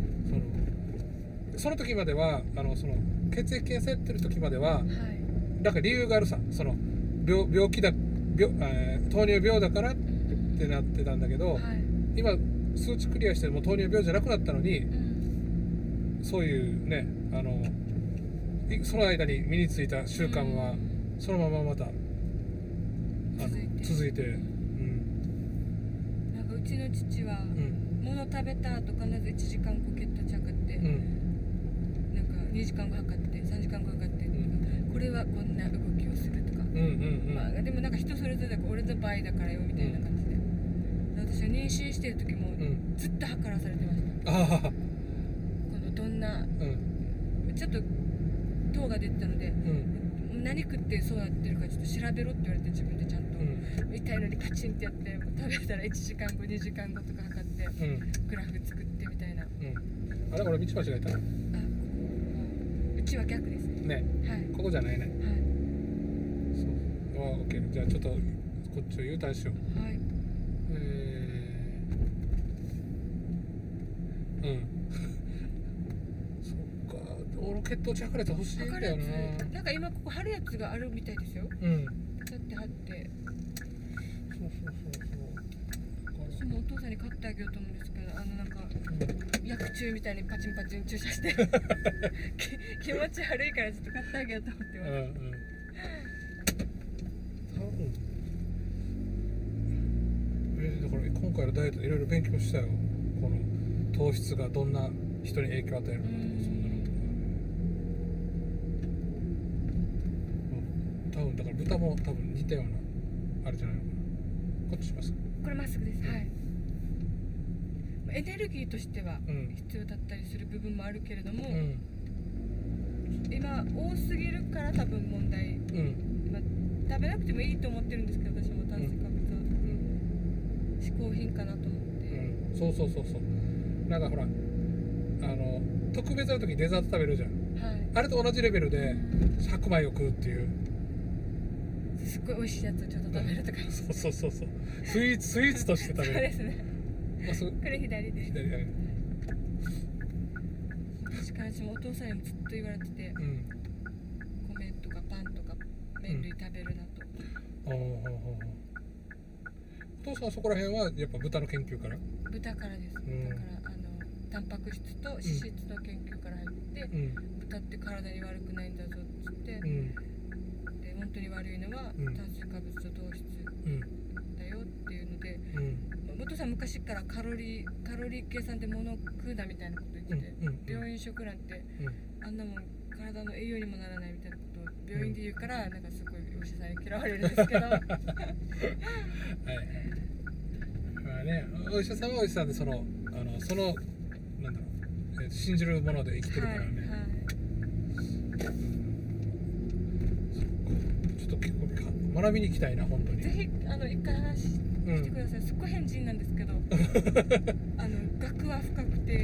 その時まではその血液検査やってる時までは、なんか理由があるさ、その病気だ、糖尿病だからってなってたんだけど、今数値クリアしても糖尿病じゃなくなったのに、そういうね、その間に身についた習慣はそのまままた続いて、 なんかうちの父は、物食べた後必ず1時間後血糖値測って、なんか2時間後測って3時間後測って、これはこんな動きをするとか、でもなんか人それぞれだから俺の場合だからよみたいな感じで、私は妊娠してる時もずっと測らされてました。このどんな、ちょっと糖が出てたので、何食ってそうなってるかちょっと調べろって言われて、自分でちゃんと、痛いのにカチンってやって食べたら1時間後2時間後とか測って、グラフ作ってみたいな。 あれ、俺道間違えた。 うちは逆ですね。 ここじゃないね。そう。OK。じゃあちょっとこっちを U ターンしよう。そっか。俺血糖値測れてほしいんだよな。 なんか今ここ貼るやつがあるみたいですよ。だって貼って。私もお父さんに買ってあげようと思うんですけど、なんか薬中みたいにパチンパチン注射して気持ち悪いからちょっと買ってあげようと思ってます。 だから今回のダイエットいろいろ勉強したよ。この糖質がどんな人に影響を与えるのかとか、そんなのとか。多分だから豚も多分似たようなあれじゃないのかな。こっちします。 これまっすぐです。エネルギーとしては必要だったりする部分もあるけれども、今多すぎるから多分問題、食べなくてもいいと思ってるんですけど、私も炭水化物は、嗜好品かなと思って、 そうなんかほら特別な時にデザート食べるじゃん、あれと同じレベルで白米を食うっていう、 すっごい美味しいやつをちょっと食べるとか、 そうスイーツとして食べる。 そうですね。これ左です。確かに私もお父さんにもずっと言われてて、米とかパンとか麺類食べるなと。 お父さんはそこら辺はやっぱ豚の研究から？ 豚からです。だからタンパク質と脂質の研究から入って、豚って体に悪くないんだぞっつって、で本当に悪いのは炭水化物と糖質だよっていうので、お父さん昔からカロリー計算で物を食うなみたいなこと言ってて、病院食なんてあんなもん体の栄養にもならないみたいなことを病院で言うから、なんかすごいお医者さんに嫌われるんですけどまあね、お医者さんはお医者さんでそのなんだろう、信じるもので生きてるからね。ちょっと結構学びに行きたいな、本当に。 ぜひ一回話してください。すっごい変人なんですけど学は深くて、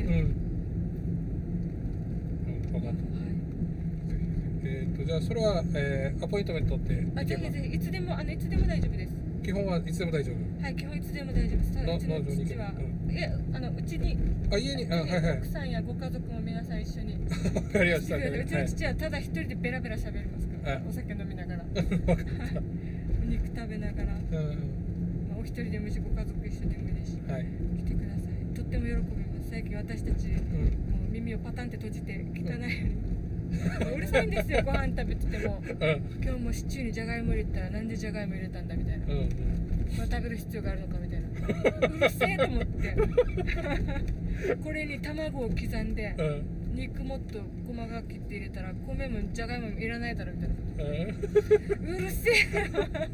分かった。じゃあそれは、アポイントメントって。 ぜひいつでも大丈夫です。 基本はいつでも大丈夫。 基本いつでも大丈夫です。うちの父は、うちに家に奥さんやご家族も皆さん一緒にわかりました。 うちの父はただ一人でベラベラ喋りますから、お酒飲みながら。 分かった。 肉食べながら、 うんお一人でもいいしご家族一緒でもいいですし、 はい、 来てください。とっても喜びます。最近私たち、もう耳をパタンって閉じて聞かないように、うるさいんですよ。ご飯食べてても、今日もシチューにじゃがいも入れたらなんでじゃがいも入れたんだみたいな、食べる必要があるのかみたいな、うるせえと思ってこれに卵を刻んで、肉もっと細かく切って入れたら米もじゃがいももいらないだろみたいな、うるせえ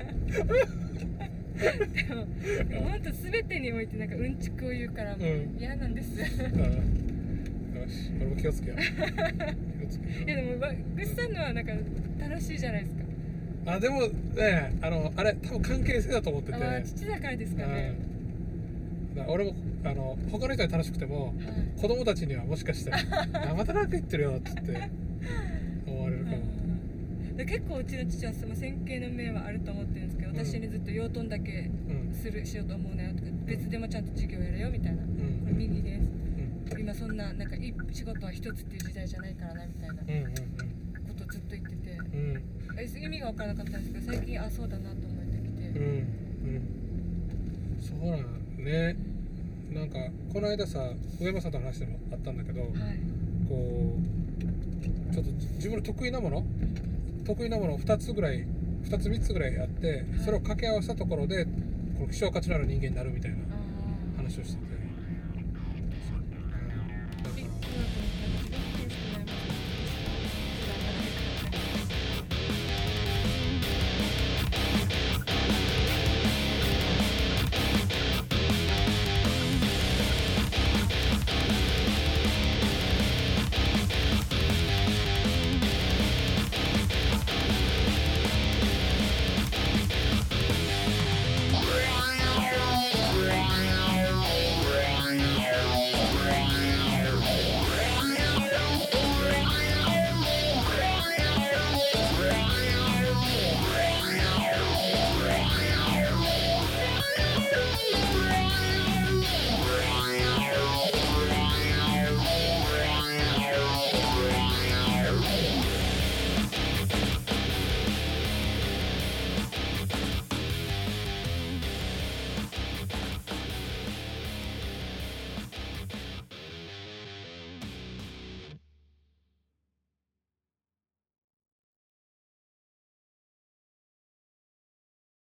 でもほんと全てにおいてなんかうんちくを言うからもう嫌なんですよし、 俺も気をつけよう。 いやでもぐっさんのはなんか楽しいじゃないですか。 あ、でもね、あれ多分関係性だと思ってて、 父だからですかね。 俺も他の人は楽しくても、子供たちにはもしかしたらまたなんか言ってるよって言って思われるかも。 結構うちの父は線形の面はあると思ってるんですけど、私にずっと養豚だけしようと思うなよとか、別でもちゃんと授業やれよみたいな、これ右です、今そんななんか仕事は一つっていう時代じゃないからなみたいなことをずっと言ってて、意味が分からなかったんですけど、最近そうだなと思ってきて、 そうなんね。なんかこの間さ、上山さんと話してもあったんだけど、こうちょっと自分の得意なものを2つ3つぐらいやって、それを掛け合わせたところでこの希少価値のある人間になるみたいな話をしてて、